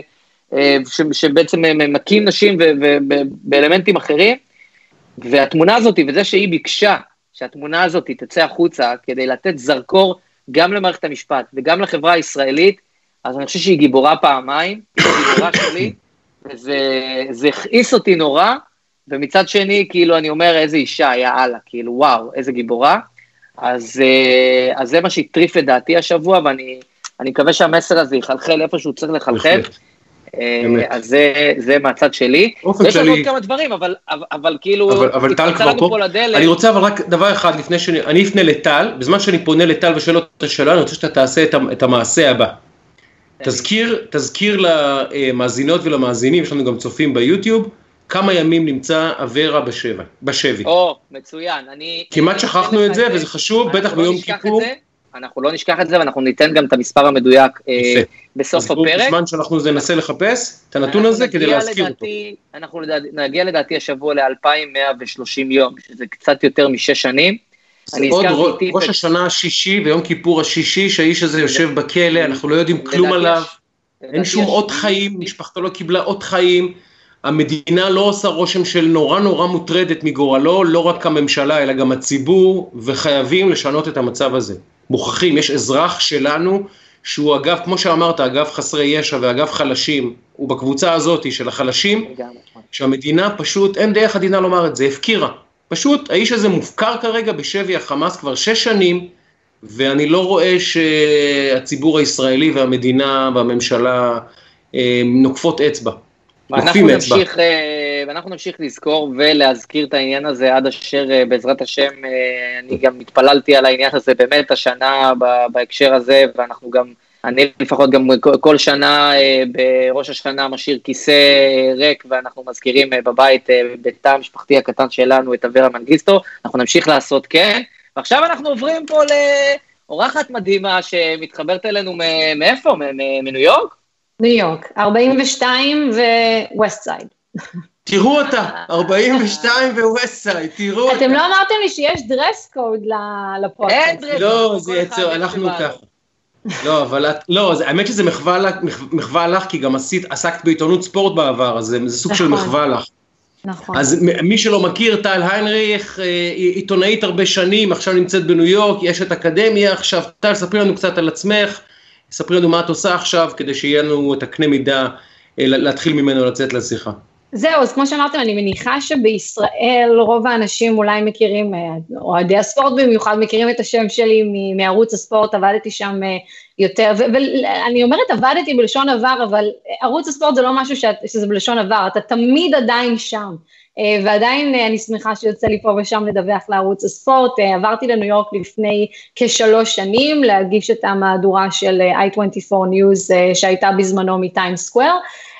שבעצם מכים נשים באלמנטים אחרים, והתמונה הזאת, וזה שהיא ביקשה, שהתמונה הזאת תצא החוצה, כדי לתת זרקור גם למערכת המשפט, וגם לחברה הישראלית, אז אני חושב שהיא גיבורה פעמיים, היא גיבורה שלי, וזה הכעיס אותי נורא, ומצד שני, כאילו, אני אומר, איזה אישה, יאללה, כאילו, וואו, איזה גיבורה, אז זה מה שהטריף את דעתי השבוע, ואני מקווה שהמסר הזה יחלחל איפה שהוא צריך לחלחל, אז זה מהצד שלי, יש לנו עוד כמה דברים, אבל כאילו, התפצה לנו פה לדלת. אני רוצה אבל רק דבר אחד, לפני שאני אפנה לטל, בזמן שאני פונה לטל ושואל אותה שאלה, אני רוצה שאתה תעשה את המעשה הבא. תזכיר למאזינות ולמאזינים, יש לנו גם צופים ביוטיוב, כמה ימים נמצא אברה בשבי. מצוין. כמעט שכחנו את זה, וזה חשוב, בטח ביום כיפור. אנחנו לא נשכח את זה, ואנחנו ניתן גם את המספר המדויק בסוף הפרק. בזמן שאנחנו ננסה לחפש את הנתון הזה כדי להזכיר אותו. אנחנו נגיע לדעתי השבוע ל-2130 יום, שזה קצת יותר מ6 שנים. זה עוד ראש השנה השישי ויום כיפור השישי, שהאיש הזה יושב בכלא, אנחנו לא יודעים כלום עליו, אין שום עוד חיים, משפחתו לא קיבלה עוד חיים, המדינה לא עושה רושם של נורא מוטרדת מגורלו, לא רק הממשלה אלא גם הציבור, וחייבים לשנות את המצב הזה. מוכרחים, יש אזרח שלנו, שהוא אגב, כמו שאמרת, אגב חסרי ישע ואגב חלשים, הוא בקבוצה הזאת של החלשים, שהמדינה פשוט, אין דרך עדינה לומר את זה, הפקירה. פשוט האיש הזה מופקר כרגע בשבי החמאס כבר 6 שנים, ואני לא רואה שהציבור הישראלי והמדינה והממשלה נוקפות אצבע. ואנחנו נמשיך לזכור ולהזכיר את העניין הזה עד אשר בעזרת השם, אני גם מתפללתי על העניין הזה באמת השנה בהקשר הזה, ואנחנו גם, אני לפחות גם כל שנה בראש השנה משאיר כיסא ריק, ואנחנו מזכירים בבית, בתא המשפחתי הקטן שלנו, את אברה מנגיסטו, אנחנו נמשיך לעשות כן, ועכשיו אנחנו עוברים פה לאורחת מדהימה שמתחברת אלינו מאיפה? מניו יורק? ניו יורק, 42 וווסט סייד. תראו אותה, 42 וווסט סייד, תראו אותה. אתם לא אמרתם לי שיש דרס קוד לפודקאסט. לא, זה יצר, אנחנו ככה. לא, אבל האמת שזה מחווה לך, כי גם עסקת בעיתונות ספורט בעבר, אז זה סוג של מחווה לך. נכון. אז מי שלא מכיר, טל היינריך, עיתונאית הרבה שנים, עכשיו נמצאת בניו יורק, יש את אקדמיה, עכשיו טל, ספרי לנו קצת על עצמך, ספרי לנו מה את עושה עכשיו, כדי שיהיה לנו את הקנה מידה, להתחיל ממנו לצאת לשיחה. זהו, אז כמו שאמרתם, אני מניחה שבישראל רוב האנשים אולי מכירים, אוהדי הספורט במיוחד מכירים את השם שלי מערוץ הספורט, עבדתי שם יותר, ואני אומרת עבדתי בלשון עבר, אבל ערוץ הספורט זה לא משהו שזה בלשון עבר, אתה תמיד עדיין שם, ועדיין אני שמחה שיוצא לי פה ושם לדווח לערוץ הספורט, עברתי לניו יורק לפני כ3 שנים, להגיש את המהדורה של i24 News שהייתה בזמנו מטיים סקוואר,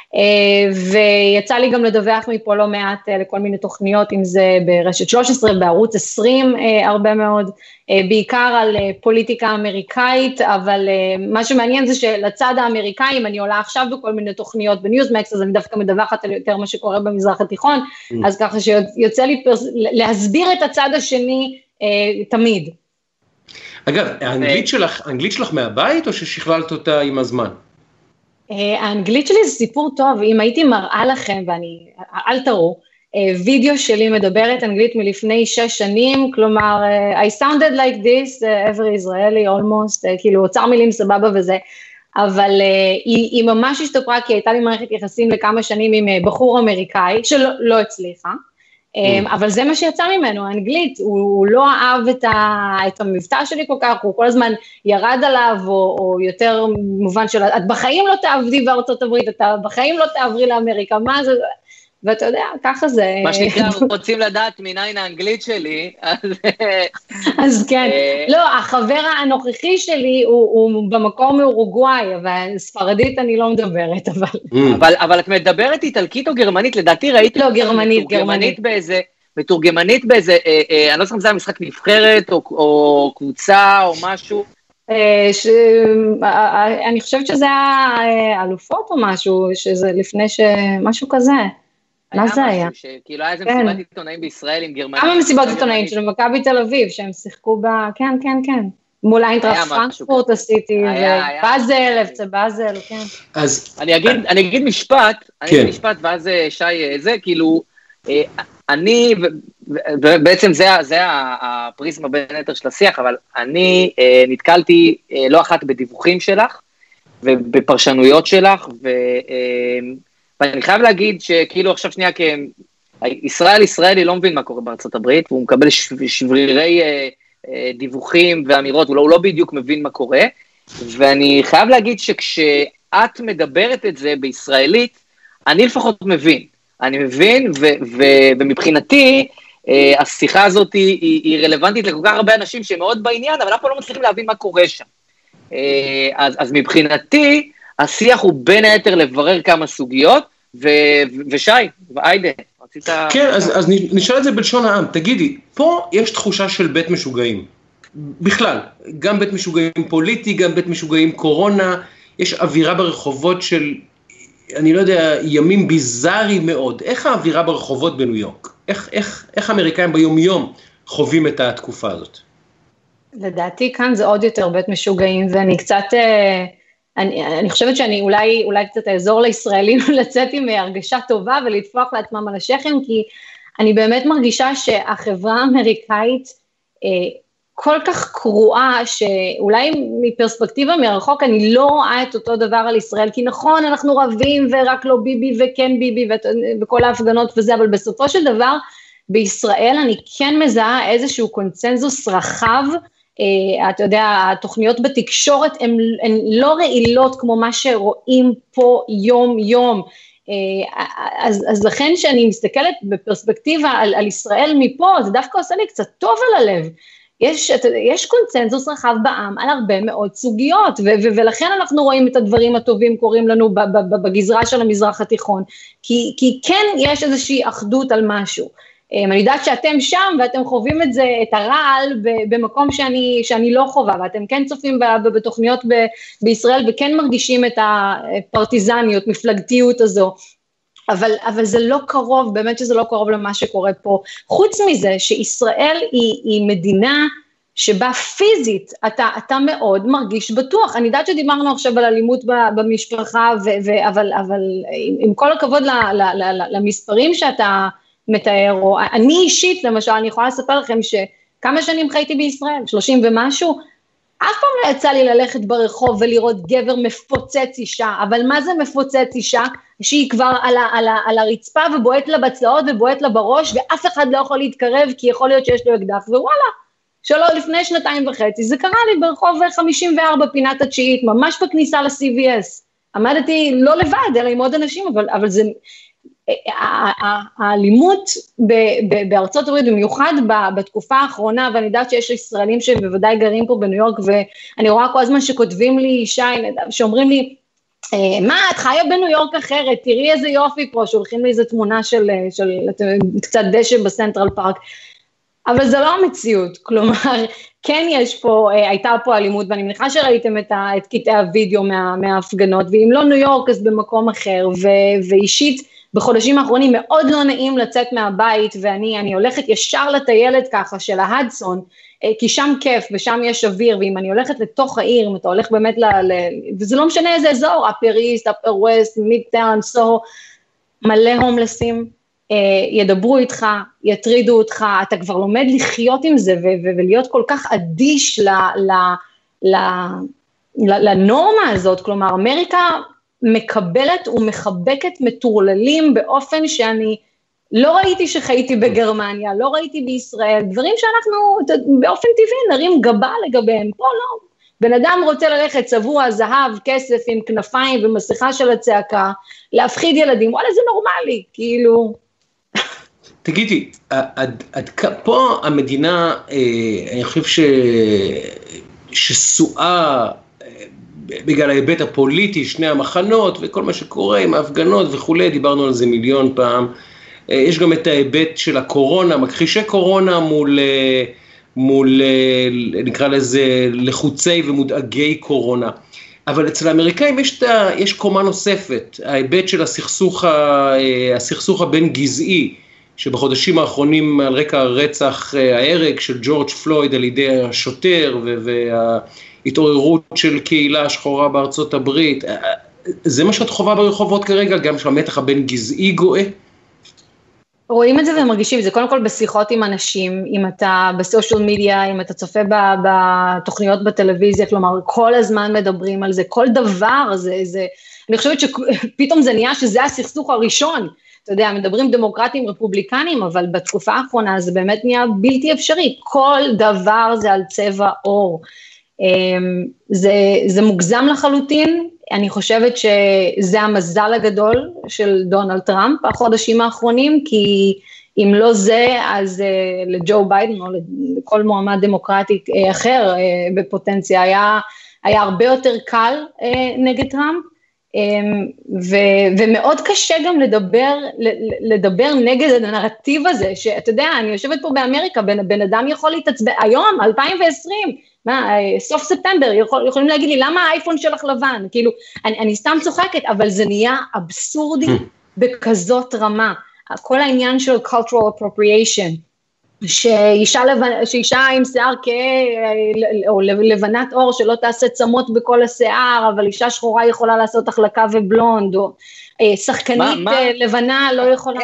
ויצא לי גם לדווח מפה לא מעט לכל מיני תוכניות, אם זה ברשת 13, בערוץ 20 הרבה מאוד, בעיקר על פוליטיקה אמריקאית, אבל מה שמעניין זה שלצד האמריקאי, אם אני עולה עכשיו בכל מיני תוכניות בניוזמקס, אז אני דווקא מדווחת על יותר מה שקורה במזרח התיכון, אז ככה שיוצא לי להסביר את הצד השני תמיד. אגב, האנגלית שלך מהבית או ששכללת אותה עם הזמן? האנגלית שלי זה סיפור טוב, אם הייתי מראה לכם, אל תראו, וידאו שלי מדברת אנגלית מלפני 6 שנים, כלומר, I sounded like this, every Israeli almost, כאילו, אוצר מילים סבבה וזה, אבל היא ממש השתפרה, כי הייתה לי מערכת יחסים לכמה שנים עם בחור אמריקאי, שלא הצליחה, אבל זה מה שיצא ממנו, האנגלית, הוא לא אהב את המבטא שלי כל כך, הוא כל הזמן ירד עליו, או יותר מובן של, את בחיים לא תעבדי בארצות הברית, אתה בחיים לא תעברי לאמריקה, מה זה, ואתה יודע, ככה זה. מה שנקרא, רוצים לדעת מניין האנגלית שלי, אז כן, לא, החבר הנוכחי שלי, הוא במקור מאורוגוואי, אבל ספרדית אני לא מדברת, אבל את מדברת איטלקית או גרמנית? לדעתי ראיתי... לא, גרמנית. מתורגמנית באיזה, אני לא זוכר אם זה המשחק נבחרת, או קבוצה, או משהו. אני חושבת שזה היה אלופות או משהו, שזה לפני משהו כזה. מה זה היה? כאילו היה איזה מסיבת עיתונאים בישראל עם גרמנית. כמה מסיבות עיתונאים של מכבי תל אביב, שהם שיחקו כן. מול איינטראכט פרנקפורט עשיתי, ובאזל, אפצה באזל, כן. אני אגיד משפט, ואז שי, זה כאילו, אני, ובעצם זה הפריזמה בין היתר של השיח, אבל אני נתקלתי לא אחת בדיווחים שלך, ובפרשנויות שלך, ואני חייב להגיד שכאילו עכשיו שנייה, ישראלי לא מבין מה קורה בארצות הברית, והוא מקבל שברירי דיווחים ואמירות, הוא לא בדיוק מבין מה קורה, ואני חייב להגיד שכשאת מדברת את זה בישראלית, אני לפחות מבין, ומבחינתי, השיחה הזאת היא רלוונטית לכל כך הרבה אנשים שהם מאוד בעניין, אבל אף פעם לא מצליחים להבין מה קורה שם. אז מבחינתי, השיח הוא בין היתר לברר כמה סוגיות, ושי, ואיידה, רצית... כן, אז נשאל את זה בלשון העם, תגידי, פה יש תחושה של בית משוגעים, בכלל, גם בית משוגעים פוליטי, גם בית משוגעים קורונה, יש אווירה ברחובות של, אני לא יודע, ימים ביזאריים מאוד. איך האווירה ברחובות בניו יורק? איך האמריקאים ביום יום חווים את התקופה הזאת? לדעתי כאן זה עוד יותר בית משוגעים, ואני קצת, אני חושבת שאני אולי קצת אעזור לישראלים לצאת עם הרגשה טובה ולטפוח לעצמם על השכם, כי אני באמת מרגישה שהחברה האמריקאית כל כך קרועה, שאולי מפרספקטיבה מרחוק אני לא רואה את אותו דבר על ישראל, כי נכון, אנחנו רבים ורק לא ביבי וכן ביבי וכל ההפגנות וזה, אבל בסופו של דבר בישראל אני כן מזהה איזשהו קונצנזוס רחב, אתה יודע, התוכניות בתקשורת הן לא רעילות כמו מה שרואים פה יום יום, אז לכן שאני מסתכלת בפרספקטיבה על ישראל מפה, זה דווקא עושה לי קצת טוב על הלב, יש קונצנזוס רחב בעם על הרבה מאוד סוגיות, ולכן אנחנו רואים את הדברים הטובים קורים לנו בגזרה של המזרח התיכון, כי כן יש איזושהי אחדות על משהו, אני יודעת שאתם שם ואתם חווים את זה, את הרעל במקום שאני לא חובה, ואתם כן צופים בתוכניות בישראל וכן מרגישים את הפרטיזניות, מפלגתיות הזו, אבל זה לא קרוב, באמת שזה לא קרוב למה שקורה פה. חוץ מזה שישראל היא מדינה שבה פיזית אתה מאוד מרגיש בטוח. אני יודעת שדיברנו עכשיו על אלימות במשפחה, אבל עם כל הכבוד למספרים שאתה מתאר, או אני אישית למשל, אני יכולה לספר לכם שכמה שנים חייתי בישראל, 30 ומשהו, אף פעם לא יצא לי ללכת ברחוב ולראות גבר מפוצץ אישה, אבל מה זה מפוצץ אישה? שהיא כבר על הרצפה ובועט לה בצלעות ובועט לה בראש, ואף אחד לא יכול להתקרב, כי יכול להיות שיש לו אקדח, ווואלה, לפני 2.5 זה קרה לי ברחוב 54 פינת התשיעית, ממש בכניסה ל-CVS, עמדתי לא לבד, אלא עם עוד אנשים, אבל זה, האלימות בארצות הברית, במיוחד בתקופה האחרונה, ואני יודעת שיש ישראלים שבוודאי גרים פה בניו יורק, ואני רואה כל הזמן שכותבים לי, שי, שאומרים לי, מה, את חיה בניו יורק אחרת, תראי איזה יופי פה, שולחים לי איזו תמונה של קצת דשא בסנטרל פארק, אבל זה לא המציאות, כלומר, כן יש פה, הייתה פה אלימות, ואני מניחה שראיתם את קטעי הוידאו מההפגנות, ואם לא ניו יורק אז במקום אחר, ואישית, בחודשים האחרונים מאוד לא נעים לצאת מהבית, ואני הולכת ישר לטיילת ככה של ההדסון, כי שם כיף ושם יש אוויר, ואם אני הולכת לתוך העיר, אם אתה הולך באמת וזה לא משנה איזה אזור, upper east, upper west, midtown, סוהו, מלא הומלסים, ידברו איתך, יטרידו אותך, אתה כבר לומד לחיות עם זה, ולהיות כל כך אדיש לנורמה הזאת, כלומר אמריקה, מקבלת ומחבקת מטורללים באופן שאני לא ראיתי שחייתי בגרמניה, לא ראיתי בישראל, דברים שאנחנו באופן טבעי נרים גבה לגביהם, פה לא, בן אדם רוצה ללכת צבוע, זהב, כסף עם כנפיים ומסכה של הצעקה, להפחיד ילדים, וואלה זה נורמלי, כאילו. תגידי, פה המדינה, אני חושב שסועה, בגלל ההיבט הפוליטי, שני המחנות וכל מה שקורה עם ההפגנות וכולי, דיברנו על זה מיליון פעם, יש גם את ההיבט של הקורונה, מכחישי קורונה מול נקרא לזה לחוצי ומודאגי קורונה, אבל אצל האמריקאים יש קומה נוספת, ההיבט של הסכסוך הבין גזעי, שבחודשים האחרונים על רקע הרצח ההרג של ג'ורג' פלויד על ידי השוטר התעוררות של קהילה שחורה בארצות הברית, זה מה שאת חובה ברחובות כרגע, גם שהמתח הבין גזעי גואה? רואים את זה ומרגישים, זה קודם כל בשיחות עם אנשים, אם אתה בסושיאל מדיה, אם אתה צופה בתוכניות בטלוויזיה, כלומר כל הזמן מדברים על זה, כל דבר, אני חושבת שפתאום זה נהיה שזה הסכסוך הראשון, אתה יודע, מדברים דמוקרטים, רפובליקנים, אבל בתקופה האחרונה זה באמת נהיה בלתי אפשרי, כל דבר זה על צבע אור, זה מוגזם לחלוטין, אני חושבת שזה המזל הגדול של דונלד טראמפ החודשים האחרונים, כי אם לא זה, אז לג'ו ביידן או לכל מועמד דמוקרטי אחר בפוטנציה, היה הרבה יותר קל נגד טראמפ, ומאוד קשה גם לדבר נגד הנרטיב הזה, שאתה יודע, אני יושבת פה באמריקה, בן אדם יכול להתעצבן, היום, 2020, סוף ספטמבר, יכולים להגיד לי, למה האייפון שלך לבן? כאילו, אני סתם צוחקת, אבל זה נהיה אבסורדי בכזאת רמה. כל העניין של cultural appropriation, שאישה עם שיער או לבנת אור, שלא תעשה צמות בכל השיער, אבל אישה שחורה יכולה לעשות החלקה ובלונד, או שחקנית לבנה לא יכולה...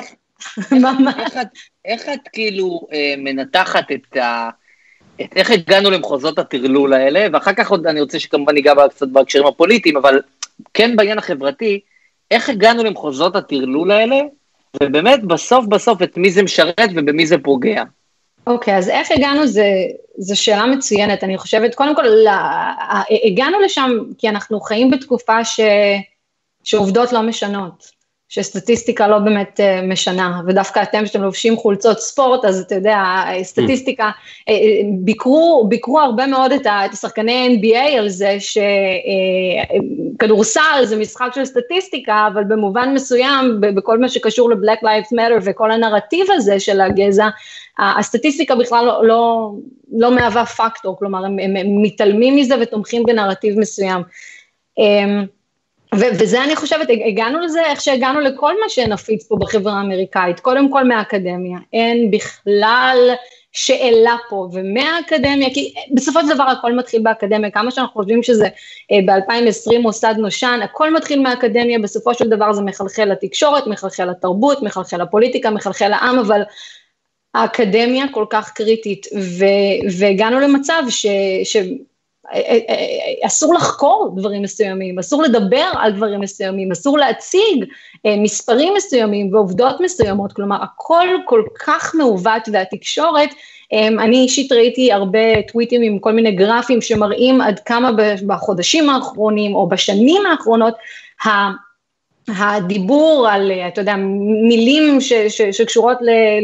איך את כאילו מנתחת איך הגענו למחוזות הטרלול האלה, ואחר כך עוד אני רוצה שכמובן ניגע קצת בהקשרים הפוליטיים, אבל כן בעניין החברתי, איך הגענו למחוזות הטרלול האלה, ובאמת בסוף את מי זה משרת ובמי זה פוגע. אוקיי, אז איך הגענו זו שאלה מצוינת, אני חושבת, קודם כל, הגענו לשם כי אנחנו חיים בתקופה שעובדות לא משנות, שסטטיסטיקה לא באמת משנה, ודווקא אתם שאתם לובשים חולצות ספורט, אז אתה יודע, סטטיסטיקה, ביקרו הרבה מאוד את השחקני NBA על זה, שכדורסל זה משחק של סטטיסטיקה, אבל במובן מסוים, בכל מה שקשור ל-Black Lives Matter, וכל הנרטיב הזה של הגזע, הסטטיסטיקה בכלל לא מהווה פקטור, כלומר, הם מתעלמים מזה ותומכים בנרטיב מסוים. וזה אני חושבת, הגענו לזה, איך שהגענו לכל מה שנפיץ פה בחברה האמריקאית, קודם כל מהאקדמיה, אין בכלל שאלה פה, ומהאקדמיה, כי בסופו של דבר הכל מתחיל באקדמיה, כמה שאנחנו חושבים שזה ב-2020 מוסד נושן, הכל מתחיל מהאקדמיה, בסופו של דבר זה מחלחל לתקשורת, מחלחל לתרבות, מחלחל לפוליטיקה, מחלחל לעם, אבל האקדמיה כל כך קריטית, והגענו למצב אסור לחקור דברים מסוימים, אסור לדבר על דברים מסוימים, אסור להציג מספרים מסוימים ועובדות מסוימות, כלומר הכל כל כך מעוות, והתקשורת, אני אישית ראיתי הרבה טוויטים עם כל מיני גרפים שמראים עד כמה בחודשים האחרונים או בשנים האחרונות, הדיבור על, אתה יודע, מילים שקשורות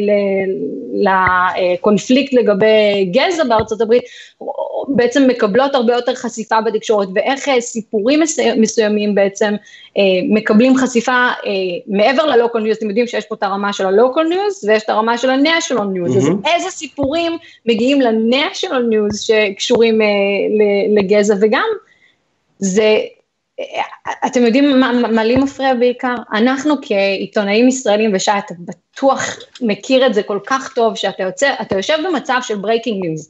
לקונפליקט לגבי גזע בארצות הברית, בעצם מקבלות הרבה יותר חשיפה בתקשורת, ואיך סיפורים מסוימים בעצם מקבלים חשיפה מעבר ללוקל ניוז, אתם יודעים שיש פה את הרמה של הלוקל ניוז, ויש את הרמה של הנשיונל ניוז, אז איזה סיפורים מגיעים לנשיונל ניוז שקשורים לגזע, וגם זה, אתם יודעים מה לי מפריע בעיקר? אנחנו כעיתונאים ישראלים, ושי, אתה בטוח מכיר את זה כל כך טוב, שאתה יושב במצב של breaking news,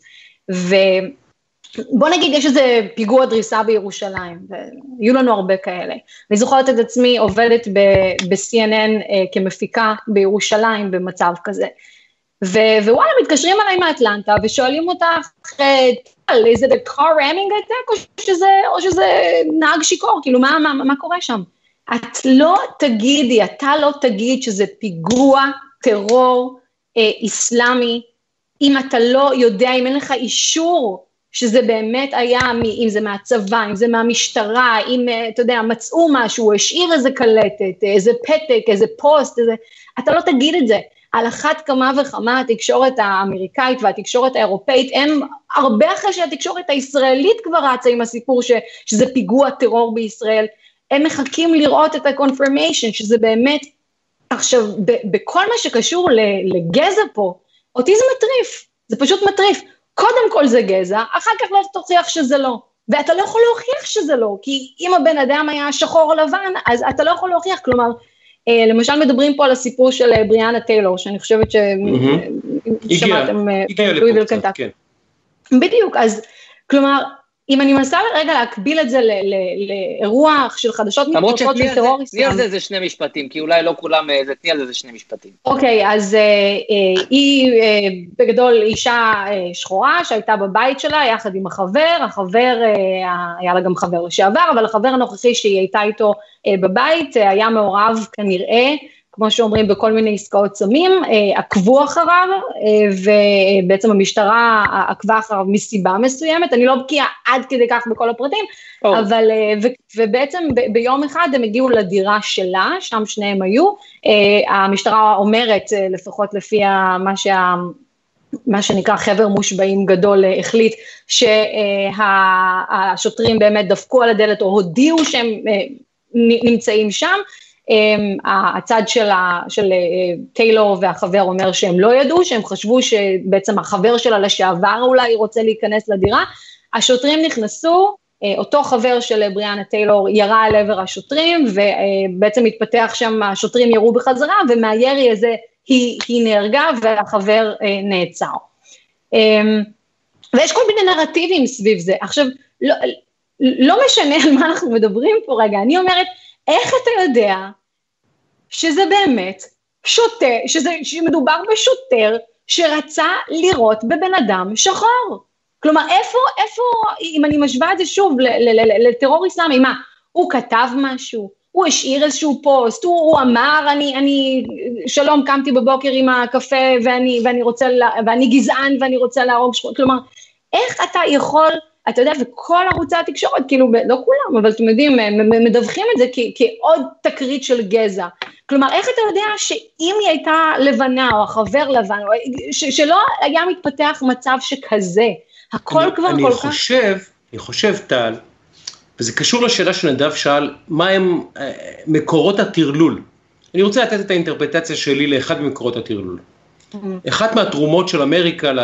ובוא נגיד יש איזה פיגוע דריסה בירושלים, והיו לנו הרבה כאלה, אני זוכרת את עצמי עובדת ב-CNN כמפיקה בירושלים במצב כזה, ווואלה, מתקשרים עליי מאטלנטה, ושואלים אותך, איזה car ramming attack, או שזה נהג שיקור, כאילו מה קורה שם? את לא תגידי, אתה לא תגיד שזה פיגוע טרור איסלאמי, אם אתה לא יודע, אם אין לך אישור, שזה באמת היה, אם זה מהצבא, אם זה מהמשטרה, אם אתה יודע, מצאו משהו, השאיר איזה קלטת, איזה פתק, איזה פוסט, אתה לא תגיד את זה. על אחת כמה וכמה התקשורת האמריקאית והתקשורת האירופאית, הם הרבה אחרי שהתקשורת הישראלית כבר רצה עם הסיפור שזה פיגוע טרור בישראל, הם מחכים לראות את ה-confirmation, שזה באמת, עכשיו, בכל מה שקשור לגזע פה, אותי זה מטריף, זה פשוט מטריף, קודם כל זה גזע, אחר כך לא תוכיח שזה לא, ואתה לא יכול להוכיח שזה לא, כי אם הבן אדם היה שחור או לבן, אז אתה לא יכול להוכיח, כלומר, למשל מדברים פה על הסיפור של בריאנה טיילור, שאני חושבת ששמעתם, בדיוק, אז כלומר, אם אני מנסה רגע להקביל את זה לאירוע של חדשות מתפרצות של טרור אסלאמי. תני על זה שני משפטים, כי אולי לא כולם, תני על זה שני משפטים. אוקיי, אז היא בגדול אישה שחורה שהייתה בבית שלה יחד עם החבר היה לה גם חבר לשעבר, אבל החבר הנוכחי שהיא הייתה איתו בבית היה מעורב כנראה, כמו שאומרים, בכל מיני עסקאות סמים, עקבו אחריו, ובעצם המשטרה עקבה אחריו מסיבה מסוימת, אני לא בקיאה עד כדי כך בכל הפרטים, אבל, ובעצם ביום אחד הם הגיעו לדירה שלה, שם שניהם היו, המשטרה אומרת, לפחות לפי מה שנקרא חבר מושבעים גדול החליט, שהשוטרים באמת דפקו על הדלת, או הודיעו שהם נמצאים שם, הצד של טיילור והחבר אומר שהם לא ידעו, שהם חשבו שבעצם החבר שלה לשעבר אולי רוצה להיכנס לדירה, השוטרים נכנסו, אותו חבר של בריאנה טיילור ירה על עבר השוטרים, ובעצם התפתח שם, השוטרים ירו בחזרה, ומהירי הזה היא נהרגה, והחבר נעצר. ויש כל מיני נרטיבים סביב זה. עכשיו, לא משנה על מה אנחנו מדברים פה רגע, אני אומרת, איך אתה יודע שזה באמת שוטר, שמדובר בשוטר שרצה לירות בבן אדם שחור? כלומר, איפה, אם אני משווה את זה שוב לטרור איסלאמי, מה, הוא כתב משהו, הוא השאיר איזשהו פוסט, הוא אמר, אני שלום, קמתי בבוקר עם הקפה, ואני גזען, ואני רוצה להרוג שחור, כלומר, איך אתה יכול, אתה יודע, וכל ערוצי התקשורת, כאילו, לא כולם, אבל אתם יודעים, מדווחים את זה כעוד תקרית של גזע, כלומר, איך אתה יודע שאם היא הייתה לבנה, או החבר לבן, שלא היה מתפתח מצב שכזה, הכל כבר כל כך... אני חושב, טל, וזה קשור לשאלה שנדב שאל, מה הם מקורות התרלול? אני רוצה לתת את האינטרפרטציה שלי לאחד ממקורות התרלול. אחת מהתרומות של אמריקה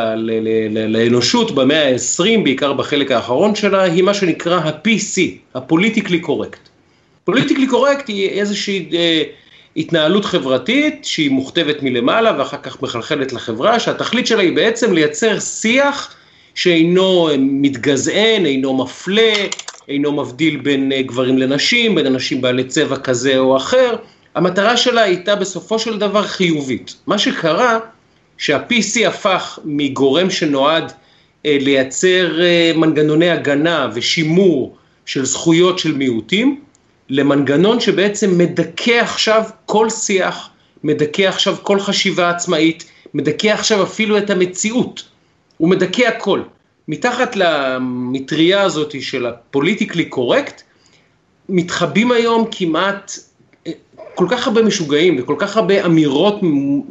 לאנושות במאה ה-20, בעיקר בחלק האחרון שלה, היא מה שנקרא ה-PC, ה-Politically Correct. Politically Correct היא איזושהי התנהלות חברתית שהיא מוכתבת מלמעלה ואחר כך מחלחלת לחברה, שהתכלית שלה היא בעצם לייצר שיח שאינו מתגזען, אינו מפלה, אינו מבדיל בין גברים לנשים, בין אנשים בעלי צבע כזה או אחר. המטרה שלה הייתה בסופו של דבר חיובית. מה שקרה, שה-PC הפך מגורם שנועד לייצר מנגנוני הגנה ושימור של זכויות של מיעוטים, למנגנון שבעצם מדכא עכשיו כל שיח, מדכא עכשיו כל חשיבה עצמאית, מדכא עכשיו אפילו את המציאות. הוא מדכא הכל. מתחת למטריה הזאת של הפוליטיקלי קורקט, מתחבים היום כמעט כל כך הרבה משוגעים, וכל כך הרבה אמירות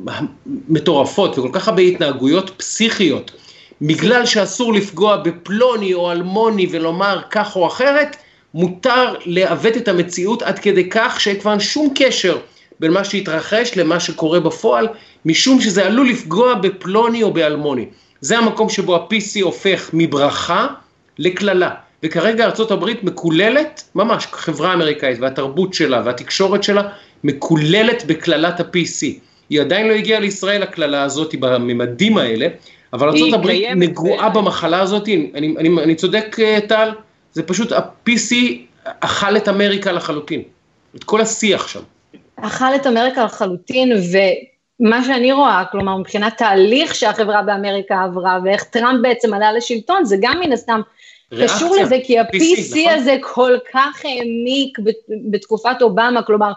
מטורפות, וכל כך הרבה התנהגויות פסיכיות, בגלל שאסור לפגוע בפלוני או אלמוני ולומר כך או אחרת, מותר לעוות את המציאות עד כדי כך שכבר שום קשר בין מה שהתרחש למה שקורה בפועל, משום שזה עלול לפגוע בפלוני או באלמוני. זה המקום שבו ה-PC הופך מברכה לכללה, וכרגע ארצות הברית מקוללת, ממש חברה אמריקאית והתרבות שלה והתקשורת שלה, מקוללת בכללת ה-PC. היא עדיין לא הגיעה לישראל הכללה הזאת בממדים האלה, אבל ארצות הברית נגועה במחלה הזאת, אני צודק טל, זה פשוט ה-PC אכל את אמריקה לחלוטין, את כל השיח שם. אכל את אמריקה לחלוטין, ומה שאני רואה, כלומר מבחינת תהליך שהחברה באמריקה עברה, ואיך טראמפ בעצם עלה לשלטון, זה גם מן הסתם קשור לזה, כי ה-PC הזה כל כך העמיק בתקופת אובמה, כלומר,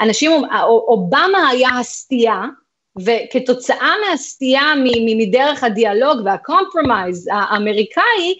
אובמה היה הסטייה, וכתוצאה מהסטייה מדרך הדיאלוג והקומפרומייז האמריקאי,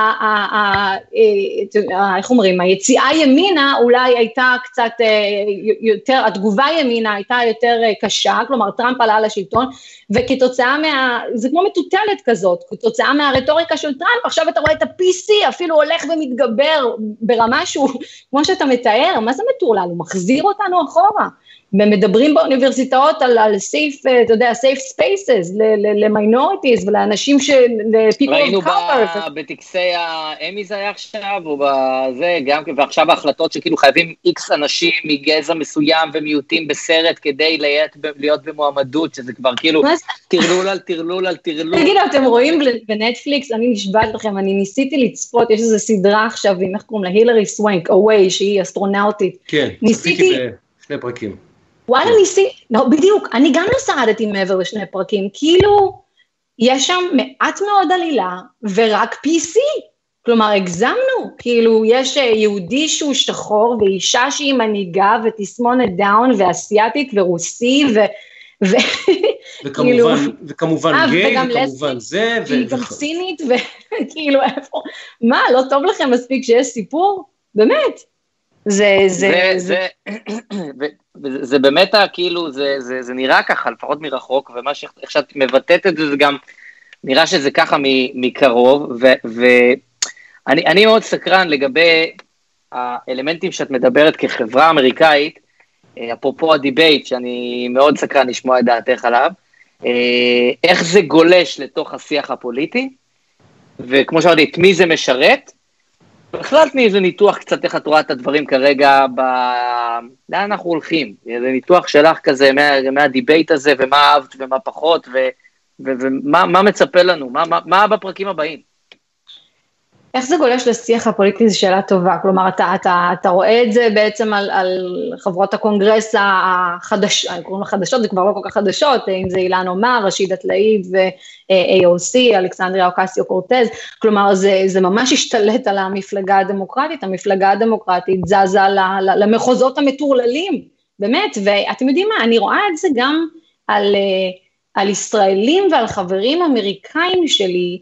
איך אומרים, היציאה ימינה אולי הייתה קצת יותר, התגובה ימינה הייתה יותר קשה, כלומר טראמפ עלה לשלטון, וכתוצאה זה כמו מטוטלת כזאת, כתוצאה מהרטוריקה של טראמפ, עכשיו אתה רואה את ה-PC אפילו הולך ומתגבר ברמה שהוא, כמו שאתה מתאר, מה זה מטורלל? הוא מחזיר אותנו אחורה, ומדברים באוניברסיטאות על safe, אתה יודע, safe spaces, ל-minorities ולאנשים people of color. ראינו בטקסי האמי זה היה עכשיו, ובזה גם, ועכשיו ההחלטות שכאילו חייבים X אנשים מגזע מסוים ומיעוטים בסרט כדי להיות במועמדות, שזה כבר כאילו תרלול על תרלול על תרלול. תגידו, אתם רואים בנטפליקס, אני נשבעת לכם, אני ניסיתי לצפות, יש איזו סדרה עכשיו, איך קוראים לה, הילרי סוונק, Away, שהיא אסטרונאוטית. כן, ניסיתי בשני פרקים. וואלה, לא, בדיוק, אני גם לא שרדתי מעבר לשני פרקים, כאילו, יש שם מעט מאוד עלילה, ורק PC, כלומר, הגזמנו, כאילו, יש יהודי שהוא שחור, ואישה שהיא מנהיגה, ותסמונת דאון, ואסייתית, ורוסי, וכמובן גיי, וכמובן זה, וגם סינית, וכאילו, איפה, מה, לא טוב לכם מספיק שיש סיפור? באמת. זה באמת כאילו, זה נראה ככה, לפחות מרחוק, ומה שאיך שאת מבטאת את זה, זה גם נראה שזה ככה מקרוב, ואני מאוד סקרן לגבי האלמנטים שאת מדברת כחברה אמריקאית, אפרופו הדיבייט, שאני מאוד סקרן לשמוע את דעתך עליו, איך זה גולש לתוך השיח הפוליטי, וכמו שאמרתי, את מי זה משרת, בכלל תני איזה ניתוח קצת איך את רואה את הדברים כרגע, לאן אנחנו הולכים, זה ניתוח שלך כזה, מהדיבייט הזה, ומה אהבת ומה פחות, ומה מצפה לנו, מה בפרקים הבאים? איך זה גולש לשיח הפוליטי? זו שאלה טובה, כלומר, אתה רואה את זה בעצם על חברות הקונגרס קוראים לחדשות, זה כבר לא כל כך חדשות, אם זה אילן עומר, רשידה תלעיד ו-AOC, אלכסנדריה אוקסיו-קורטז, כלומר, זה ממש השתלט על המפלגה הדמוקרטית זזה למחוזות המטורללים, באמת, ואתם יודעים מה, אני רואה את זה גם על ישראלים ועל חברים אמריקאים שלי,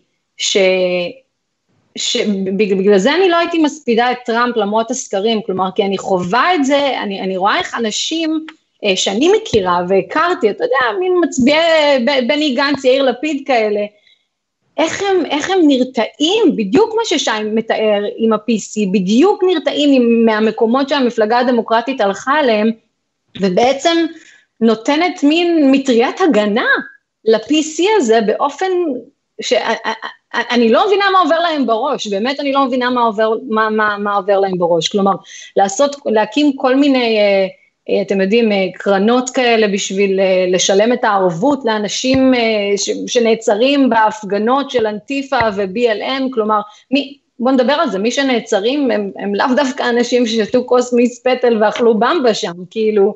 שבגלל זה אני לא הייתי מספידה את טראמפ למרות הסקרים, כלומר, כי אני חווה את זה, אני רואה איך אנשים שאני מכירה והכרתי, אתה יודע, מין מצביעי בני גנץ, יאיר לפיד כאלה, איך הם נרתעים, בדיוק מה ששיים מתאר עם ה-PC, בדיוק נרתעים מהמקומות שהמפלגה הדמוקרטית הלכה עליהם, ובעצם נותנת מין מטריית הגנה ל-PC הזה באופן אני לא מבינה מה עובר להם בראש, באמת אני לא מבינה מה עובר להם בראש, כלומר, להקים כל מיני, אתם יודעים, קרנות כאלה בשביל לשלם את הערבות לאנשים שנעצרים בהפגנות של אנטיפה ו-BLM, כלומר, בוא נדבר על זה, מי שנעצרים הם לאו דווקא אנשים ששתו כוס מיס פטל ואכלו במבה שם, כאילו,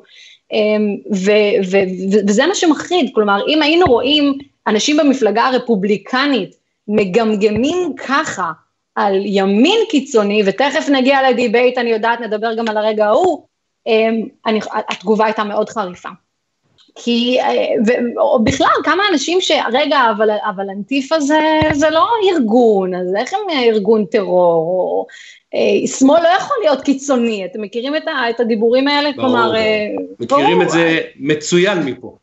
וזה מה שמחריד, כלומר, אם היינו רואים אנשים במפלגה הרפובליקנית, מגמגמים ככה על ימין קיצוני, ותכף נגיע לדיבייט, אני יודעת, נדבר גם על הרגע ההוא, התגובה הייתה מאוד חריפה. כי, בכלל, כמה אנשים שרגע, אבל אנטיפה זה לא ארגון, אז איך הם ארגון טרור, שמאל לא יכול להיות קיצוני, אתם מכירים את הדיבורים האלה? כלומר, מכירים את זה מצוין מפה,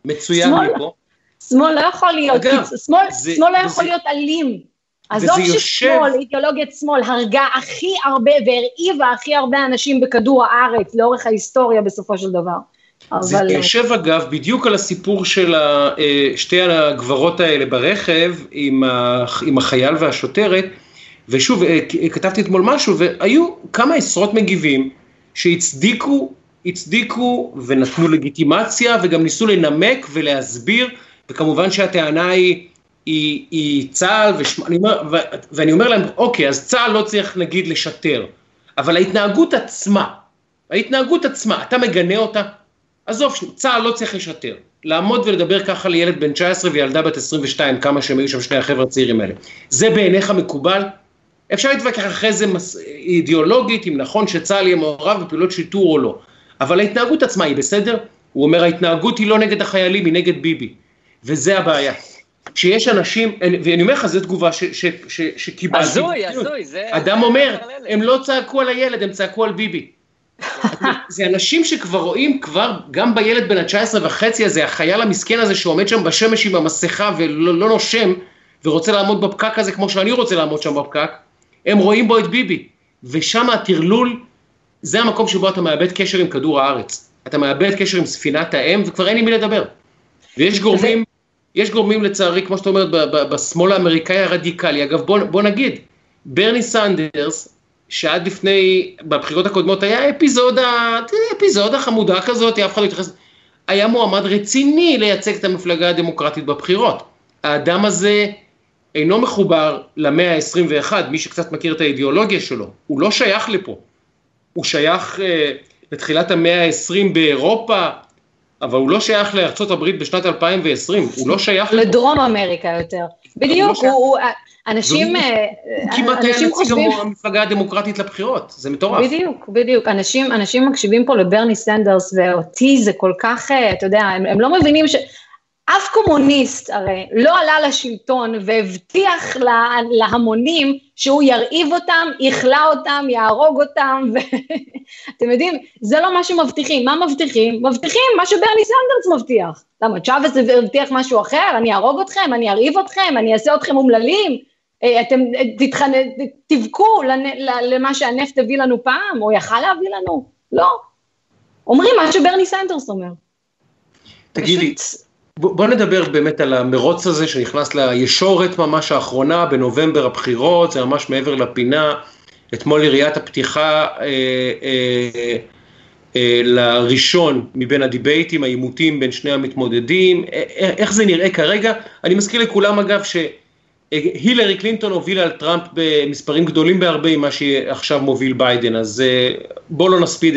שמאל לא יכול להיות, שמאל לא יכול להיות אלים, עזוב ששמאל, אידיאולוגיית שמאל, הרגה הכי הרבה והרעיבה הכי הרבה אנשים בכדור הארץ, לאורך ההיסטוריה בסופו של דבר. זה יושב אגב בדיוק על הסיפור של שתי הגברות האלה ברכב, עם החייל והשוטרת, ושוב, כתבתי אתמול משהו, והיו כמה עשרות מגיבים שהצדיקו ונתנו לגיטימציה, וגם ניסו לנמק ולהסביר, וכמובן שהטענה היא צה"ל, ואני אומר להם, אוקיי, אז צה"ל לא צריך נגיד לשטר, אבל ההתנהגות עצמה, אתה מגנה אותה? עזוב, צה"ל לא צריך לשטר, לעמוד ולדבר ככה לילד בן 19 וילדה בת 22, כמה שהם היו שם שני החבר'ה הצעירים האלה. זה בעיניך מקובל? אפשר להתווכח אחרי זה אידיאולוגית, אם נכון שצה"ל יהיה מעורב בפעילות שיטור או לא, אבל ההתנהגות עצמה היא בסדר? הוא אומר, ההתנהגות היא לא נגד החיילים, היא נגד ביבי. וזה הבעיה. שיש אנשים, ואני אומר לך, זו תגובה שקיבלתי. הזוי, אדם אומר, הם לא צעקו על הילד, הם צעקו על ביבי. זה אנשים שכבר רואים, כבר גם בילד בן ה-19.5 הזה, החייל המסכן הזה שעומד שם בשמש עם המסכה ולא נושם, ורוצה לעמוד בפקק הזה כמו שאני רוצה לעמוד שם בפקק, הם רואים בו את ביבי. ושם התרלול, זה המקום שבו אתה מאבד קשר עם כדור הארץ. אתה מאבד קשר עם ספינת האם, וכבר אין עם מי לדבר. ויש גורמים לצערי, כמו שאתה אומרת, בשמאל האמריקאי הרדיקלי. אגב, בוא נגיד, ברני סנדרס, שעד לפני, בבחירות הקודמות, היה אפיזודה חמודה כזאת, אף אחד לא התייחס, היה מועמד רציני לייצג את המפלגה הדמוקרטית בבחירות. האדם הזה אינו מחובר למאה ה-21, מי שקצת מכיר את האידיאולוגיה שלו, הוא לא שייך לפה. הוא שייך לתחילת המאה ה-20 באירופה, אבל הוא לא שייך לארצות הברית בשנת 2020, הוא לא שייך לדרום אמריקה יותר. בדיוק, אנשים כמעט היה נציג המפלגה הדמוקרטית לבחירות, זה מטורף. בדיוק, אנשים מקשיבים פה לברני סנדרס, ואותי זה כל כך, אתה יודע, הם לא מבינים אף קומוניסט הרי לא עלה לשלטון והבטיח להמונים שהוא ירעיב אותם, יכלה אותם, יהרוג אותם, ואתם יודעים, זה לא מה שמבטיחים. מה מבטיחים? מבטיחים מה שברני סנדרס מבטיח. למה, צ'אבס הבטיח משהו אחר? אני אהרוג אתכם, אני ארעיב אתכם, אני אעשה אתכם אומללים, אתם תבכו למה שהנפט הביא לנו פעם, או יכל להביא לנו? לא. אומרים מה שברני סנדרס אומר. תגידי, בוא נדבר באמת על המרוץ הזה שנכנס לישורת ממש האחרונה, בנובמבר הבחירות, זה ממש מעבר לפינה, אתמול יריית הפתיחה לראשון מבין הדיבייטים, העימותים בין שני המתמודדים, איך זה נראה כרגע? אני מזכיר לכולם אגב שהילרי קלינטון הובילה על טראמפ במספרים גדולים בהרבה ממה שעכשיו מוביל ביידן, אז בוא לא נספיד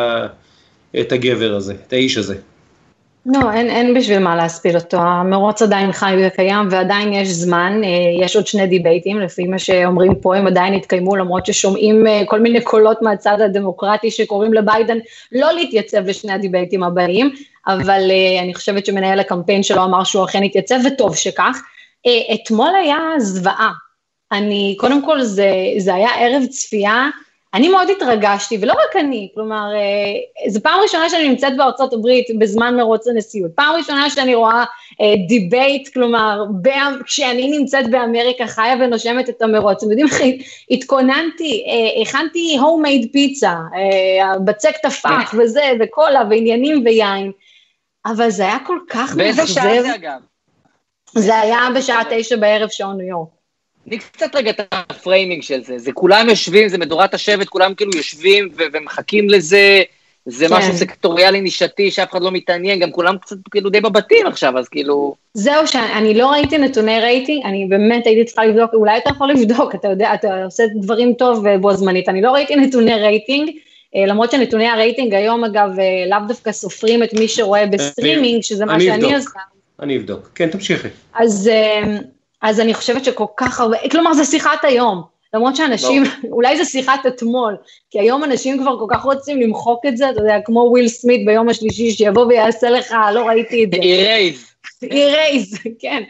את הגבר הזה, את האיש הזה. לא, אין בשביל מה להספיד אותו, המרוץ עדיין חי וקיים ועדיין יש זמן, יש עוד שני דיבייטים, לפי מה שאומרים פה הם עדיין התקיימו, למרות ששומעים כל מיני קולות מהצד הדמוקרטי שקוראים לביידן לא להתייצב לשני הדיבייטים הבאים, אבל אני חושבת שמנהל הקמפיין שלו אמר שהוא אכן התייצב וטוב שכך. אתמול היה זוועה, קודם כל זה היה ערב צפייה, אני מאוד התרגשתי, ולא רק אני, כלומר, זו פעם ראשונה שאני נמצאת בארצות הברית בזמן מרוץ הנשיאות, פעם ראשונה שאני רואה דיבייט, כלומר, כשאני נמצאת באמריקה חיה ונושמת את המרוץ, אתם יודעים איך התכוננתי, הכנתי homemade פיצה, בצק תפח וזה, וקולה ועניינים ויין, אבל זה היה כל כך מאכזב. באיזה שעה זה אגב? זה היה בשעה 9 בערב שעון ניו יורק. אני קצת רגע את הפריימינג של זה, זה כולם יושבים, זה מדורת השבט, כולם כאילו יושבים ומחכים לזה, זה משהו סקטוריאלי נישתי שאף אחד לא מתעניין, גם כולם קצת כאילו די בבתים עכשיו, אז כאילו... זהו שאני לא ראיתי נתוני רייטינג, אני באמת הייתי צריכה לבדוק, אולי אתה יכול לבדוק, אתה יודע, אתה עושה דברים טוב בו זמנית, אני לא ראיתי נתוני רייטינג, למרות שנתוני הרייטינג היום אגב לאו דווקא סופרים את מי שרואה בסטרימינג, שזה מה שאני עושה. אני אבדוק, כן תמשיכי. אז אני חושבת שכל כך הרבה, כלומר זה שיחת היום, למרות שאנשים, אולי זה שיחת אתמול, כי היום אנשים כבר כל כך רוצים למחוק את זה, אתה יודע, כמו וויל סמית ביום השלישי, שיבוא ויעשה לך, לא ראיתי את זה. אירייז, כן.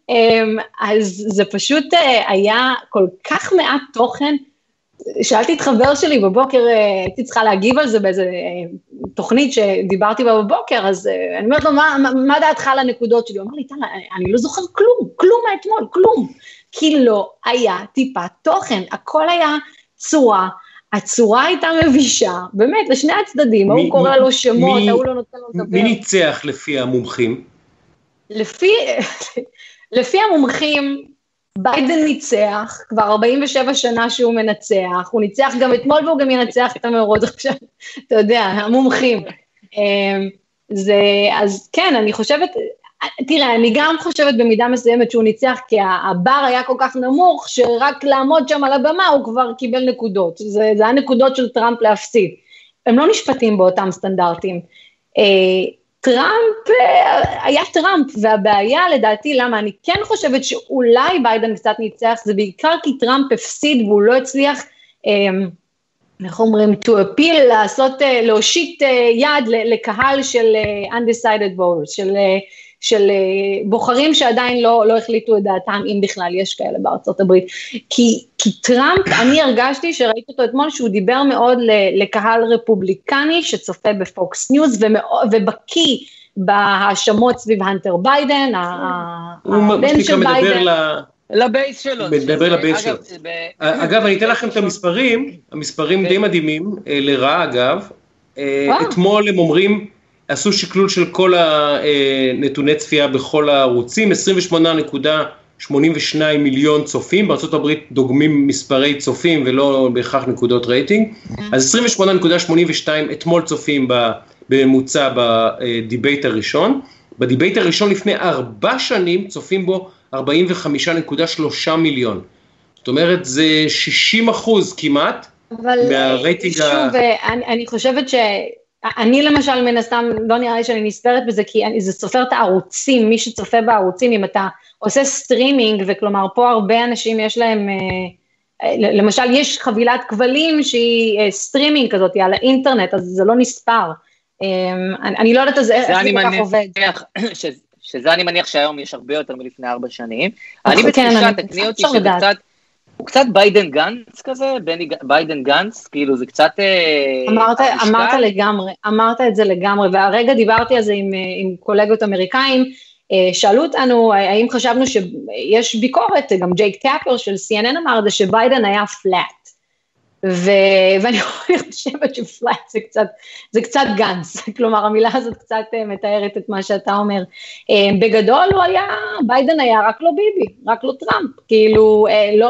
אז זה פשוט היה כל כך מעט תוכן, שאלתי את חבר שלי בבוקר, הייתי צריכה להגיב על זה באיזה תוכנית שדיברתי בה בבוקר, אז אני אומרת לו, מה דעתך על הנקודות שלי? הוא אמר לי, טל, אני לא זוכר כלום מהאתמול, כלום, כי לא היה טיפה תוכן, הכל היה צורה, הצורה הייתה מבישה, באמת, לשני הצדדים, הוא קורא לו שמות, הוא לא נותן לו לדבר. מי ניצח לפי המומחים? לפי המומחים, ביידן ניצח, כבר 47 שנה שהוא מנצח, הוא ניצח גם אתמול והוא גם ינצח את המרוץ עכשיו, אתה יודע, המומחים. אז כן, אני חושבת, תראה, אני גם חושבת במידה מסוימת שהוא ניצח, כי הבר היה כל כך נמוך, שרק לעמוד שם על הבמה הוא כבר קיבל נקודות, זה היה נקודות של טראמפ להפסיד. הם לא נשפטים באותם סטנדרטים. טראמפ היה טראמפ, והבעיה לדעתי למה אני כן חושבת שאולי ביידן קצת ניצח, זה בעיקר כי טראמפ הפסיד והוא לא הצליח, איך אומרים, to appeal, להושיט יד לקהל של undecided voters, של בוחרים שעדיין לא החליטו את דעתם, אם בכלל יש כאלה בארצות הברית, כי טראמפ, אני הרגשתי שראיתי אותו אתמול, שהוא דיבר מאוד לקהל רפובליקני, שצופה בפוקס ניוז, ובקיא בהאשמות סביב הנטר ביידן, הבן של ביידן. לבייס שלו. מדבר לבייס שלו. אגב, אני אתן לכם את המספרים די מדהימים, לרעה אגב, אתמול הם אומרים, עשו שקלול של כל הנתוני צפייה בכל הערוצים, 28.82 מיליון צופים, בארצות הברית דוגמים מספרי צופים ולא בהכרח נקודות רייטינג, אז 28.82 אתמול צופים בממוצע בדיבייט הראשון, בדיבייט הראשון לפני 4 שנים צופים בו 45.3 מיליון, זאת אומרת זה 60% כמעט מהרייטינג. שוב, אני חושבת אני למשל מן הסתם, לא נראה לי שאני נספרת בזה, כי זה סופר את הערוצים, מי שצופה בערוצים, אם אתה עושה סטרימינג, וכלומר פה הרבה אנשים יש להם, למשל יש חבילת כבלים שהיא סטרימינג כזאת, על האינטרנט, אז זה לא נספר. אני לא יודעת איך זה כך עובד. שזה אני מניח שהיום יש הרבה יותר מלפני 4 שנים. אני בתחושה, תקני אותי שזה קצת, הוא קצת ביידן גנץ כזה, ביידן גנץ, כאילו זה קצת... אמרת את זה לגמרי, והרגע דיברתי על זה עם קולגות אמריקאים, שאלו אותנו, האם חשבנו שיש ביקורת, גם ג'ייק טאפר של CNN אמר זה שביידן היה פלאט, ואני חושבת שפלאט זה קצת גנץ, כלומר המילה הזאת קצת מתארת את מה שאתה אומר, בגדול ביידן היה רק לא ביבי, רק לא טראמפ, כאילו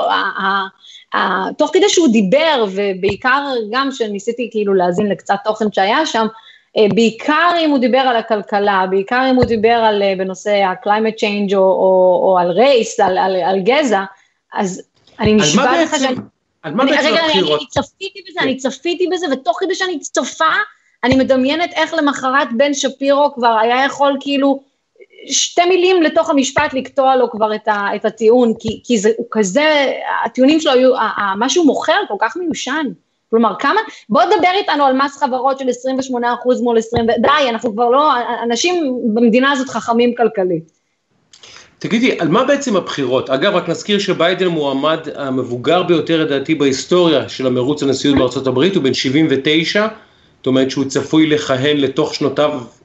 תוך כדי שהוא דיבר, ובעיקר גם שניסיתי כאילו להזין לקצת תוכן שהיה שם, בעיקר אם הוא דיבר על הכלכלה, בעיקר אם הוא דיבר בנושא ה-climate change או על רייס, על גזע, אז אני נשבע לך על מה בעצם הבחירות? אני צפיתי בזה, ותוך כדי שאני צופה, אני מדמיינת איך למחרת בן שפירו כבר היה יכול כאילו, 2 מילים לתוך המשפט לקטוע לו כבר את הטיעון, כי זה כזה, הטיעונים שלו היו, מה שהוא מוכר כל כך מיושן, כלומר בוא דבר איתנו על מס חברות של 28% מול 20%, די, אנחנו כבר לא, אנשים במדינה הזאת חכמים כלכלית. תגידי, על מה בעצם הבחירות? אגב, רק נזכיר שביידן מועמד המבוגר ביותר לדעתי בהיסטוריה של המרוץ הנשיאות בארצות הברית, הוא בן 79, זאת אומרת שהוא צפוי לכהן לתוך שנות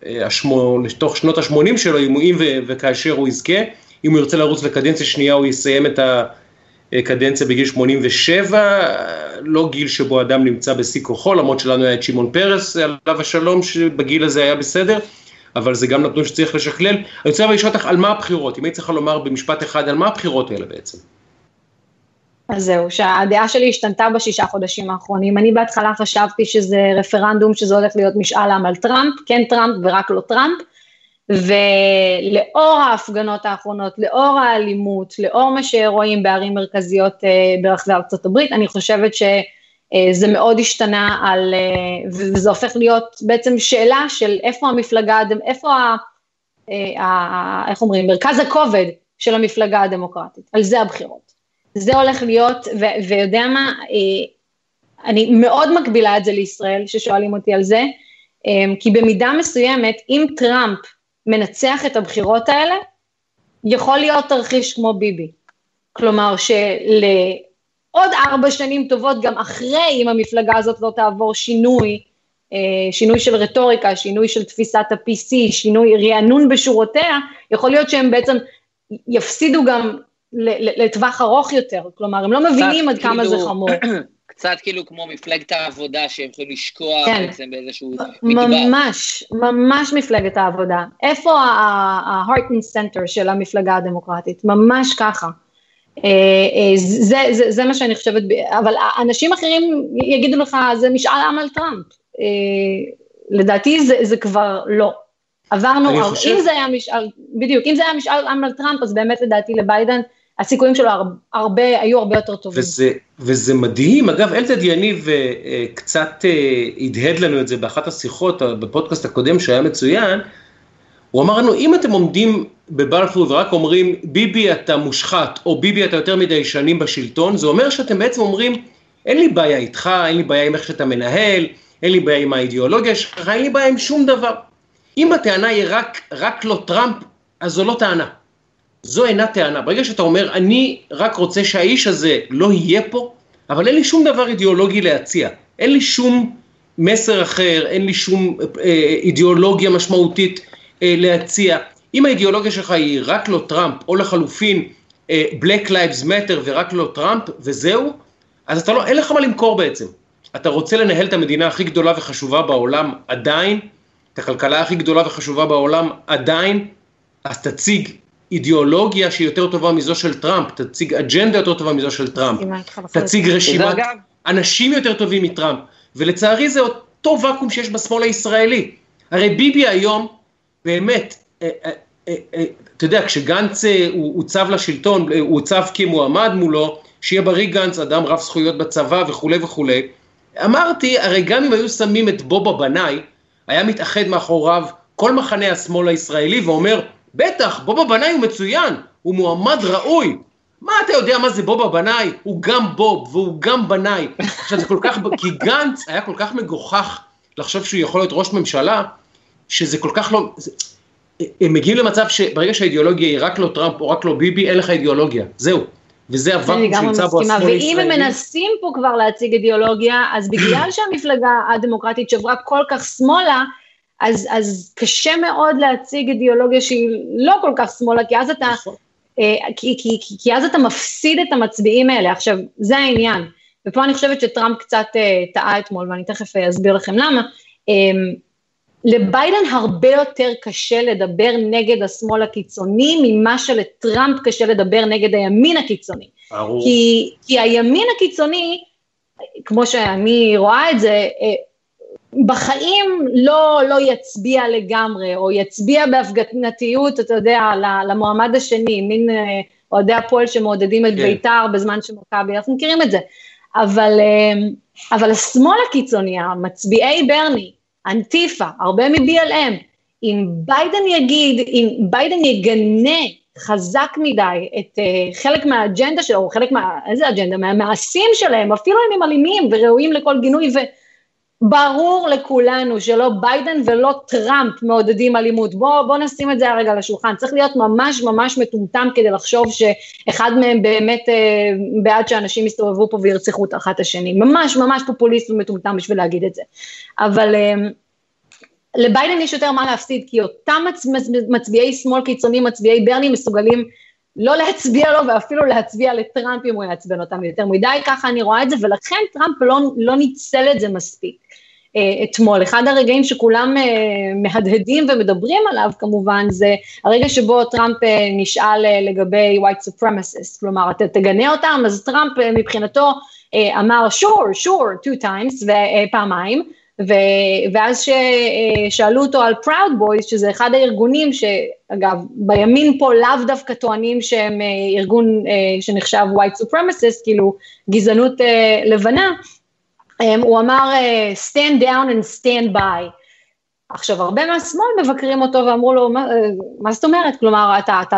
ה-80 שלו, אם וכאשר הוא יזכה, אם הוא ירצה לרוץ לקדנציה שנייה, הוא יסיים את הקדנציה בגיל 87, לא גיל שבו אדם נמצא בשיא כוחו, למרות שלנו היה את שמעון פרס, עליו השלום, שבגיל הזה היה בסדר, אבל זה גם נתון שצריך לשקלל. אני רוצה לשאול אותך על מה הבחירות, אם היית צריכה לומר במשפט אחד, על מה הבחירות האלה בעצם? אז זהו, שהדעה שלי השתנתה ב6 חודשים האחרונים, אני בהתחלה חשבתי שזה רפרנדום, שזה הולך להיות משאל עם על טראמפ, כן טראמפ ורק לא טראמפ, ולאור ההפגנות האחרונות, לאור האלימות, לאור מה שרואים בערים מרכזיות ברחבי ארצות הברית, אני חושבת שזה מאוד השתנה וזה הופך להיות בעצם שאלה של איפה המפלגה, איך אומרים, מרכז הכובד של המפלגה הדמוקרטית, על זה הבחירות. זה הולך להיות, ויודע מה, אני מאוד מקבילה את זה לישראל, ששואלים אותי על זה, כי במידה מסוימת, אם טראמפ מנצח את הבחירות האלה, יכול להיות תרחיש כמו ביבי. כלומר, שלעוד 4 שנים טובות, גם אחרי, אם המפלגה הזאת לא תעבור שינוי של רטוריקה, שינוי של תפיסת ה-PC, שינוי רענון בשורותיה, יכול להיות שהם בעצם יפסידו גם לטווח ארוך יותר, כלומר, הם לא מבינים עד כמה זה חמור. קצת כאילו כמו מפלגת העבודה, שהם יכולים לשקוע בעצם באיזשהו מדבר. ממש מפלגת העבודה. איפה ה-heart and center של המפלגה הדמוקרטית? ממש ככה. זה מה שאני חושבת, אבל אנשים אחרים יגידו לך, זה משאל עם על טראמפ. לדעתי זה כבר לא. עברנו, אם זה היה משאל עם על טראמפ, אז באמת לדעתי לביידן, הסיכויים שלו היו הרבה יותר טובים. וזה מדהים, אגב, אלדד יניב קצת הדהד לנו את זה באחת השיחות, בפודקאסט הקודם שהיה מצוין, הוא אמר לנו, אם אתם עומדים בבלפור ורק אומרים, ביבי אתה מושחת, או ביבי אתה יותר מדי שנים בשלטון, זה אומר שאתם בעצם אומרים, אין לי בעיה איתך, אין לי בעיה עם איך שאתה מנהל, אין לי בעיה עם האידיאולוגיה שלך, אין לי בעיה עם שום דבר. אם הטענה היא רק לא טראמפ, אז זו לא טענה. זו אינה טענה. ברגע שאתה אומר, אני רק רוצה שהאיש הזה לא יהיה פה, אבל אין לי שום דבר אידיאולוגי להציע. אין לי שום מסר אחר, אין לי שום אידיאולוגיה משמעותית להציע. אם האידיאולוגיה שלך היא רק לא טראמפ, או לחלופין Black Lives Matter ורק לא טראמפ, וזהו, אז אין לך מה למכור בעצם. אתה רוצה לנהל את המדינה הכי גדולה וחשובה בעולם עדיין, את הכלכלה הכי גדולה וחשובה בעולם עדיין, אז תציג אידיאולוגיה שהיא יותר טובה מזו של טראמפ, תציג אג'נדה יותר טובה מזו של טראמפ, תציג רשימת אנשים יותר טובים מטראמפ, ולצערי זה אותו וקום שיש בשמאל הישראלי. הרי ביבי היום, באמת, אתה יודע, כשגנץ הוא צב לשלטון, הוא צב כמועמד מולו, שיהיה בריא גנץ, אדם רב זכויות בצבא וכו' וכו'. אמרתי, הרי גם אם היו שמים את בובה בנאי, היה מתאחד מאחוריו כל מחנה השמאל הישראלי ואומר, בטח, בובה בנאי הוא מצוין, הוא מועמד ראוי. מה אתה יודע מה זה בובה בנאי? הוא גם בוב והוא גם בנאי. עכשיו זה כל כך, כי גנץ היה כל כך מגוחך לחשוב שהוא יכול להיות ראש ממשלה, שזה כל כך לא, הם מגיעים למצב שברגע שהאידיאולוגיה היא רק לא טראמפ או רק לא ביבי, אין לך אידיאולוגיה, זהו. וזה הוואקום שנמצא בו השמאל הישראלי. ואם הם מנסים פה כבר להציג אידיאולוגיה, אז בגלל שהמפלגה הדמוקרטית שברה כל כך שמאלה, אז קשה מאוד להציג אידיאולוגיה שהיא לא כל כך שמאלה, כי אז אתה מפסיד את המצביעים האלה. עכשיו, זה העניין. ופה אני חושבת שטראמפ קצת טעה אתמול, ואני תכף אסביר לכם למה, לביידן הרבה יותר קשה לדבר נגד השמאל הקיצוני, ממה שלטראמפ קשה לדבר נגד הימין הקיצוני. כי הימין הקיצוני, כמו שאני רואה את זה, בחיים לא יצביע לגמרי, או יצביע בהפגנתיות, אתה יודע, למועמד השני, מין אוהדי הפועל שמעודדים את בית"ר בזמן שמכבי, אנחנו מכירים את זה. אבל השמאל הקיצוני, מצביעי ברני, אנטיפה, הרבה מ-BLM, אם ביידן יגנה חזק מדי את חלק מהאג'נדה שלו, או חלק איזה אג'נדה? מהמעשים שלהם, אפילו אם הם אלימים וראויים לכל גינוי, וברור לכולנו שלא ביידן ולא טראמפ מעודדים אלימות, בוא נשים את זה הרגע על השולחן, צריך להיות ממש ממש מטומטם כדי לחשוב שאחד מהם באמת בעד שאנשים יסתובבו פה וירצחו את אחת השני, ממש ממש פופוליסט ומטומטם בשביל להגיד את זה, אבל לביידן יש יותר מה להפסיד, כי אותם מצביעי שמאל קיצוני, מצביעי ברני מסוגלים לא להצביע לו, ואפילו להצביע לטראמפ אם הוא יעצבן אותם יותר מדי, ככה אני רואה את זה, ולכן טראמפ לא ניצל את זה מספיק. אתמול, אחד הרגעים שכולם מהדהדים ומדברים עליו כמובן, זה הרגע שבו טראמפ נשאל לגבי white supremacists, כלומר, אתה תגנה אותם, אז טראמפ מבחינתו אמר sure, two times, ופעמיים, ואז ששאלו אותו על Proud Boys, שזה אחד הארגונים שאגב, בימין פה לאו דווקא טוענים שהם ארגון שנחשב white supremacist, כאילו גזענות לבנה, הוא אמר stand down and stand by. עכשיו, הרבה מהשמאל מבקרים אותו ואמרו לו, מה זאת אומרת? כלומר,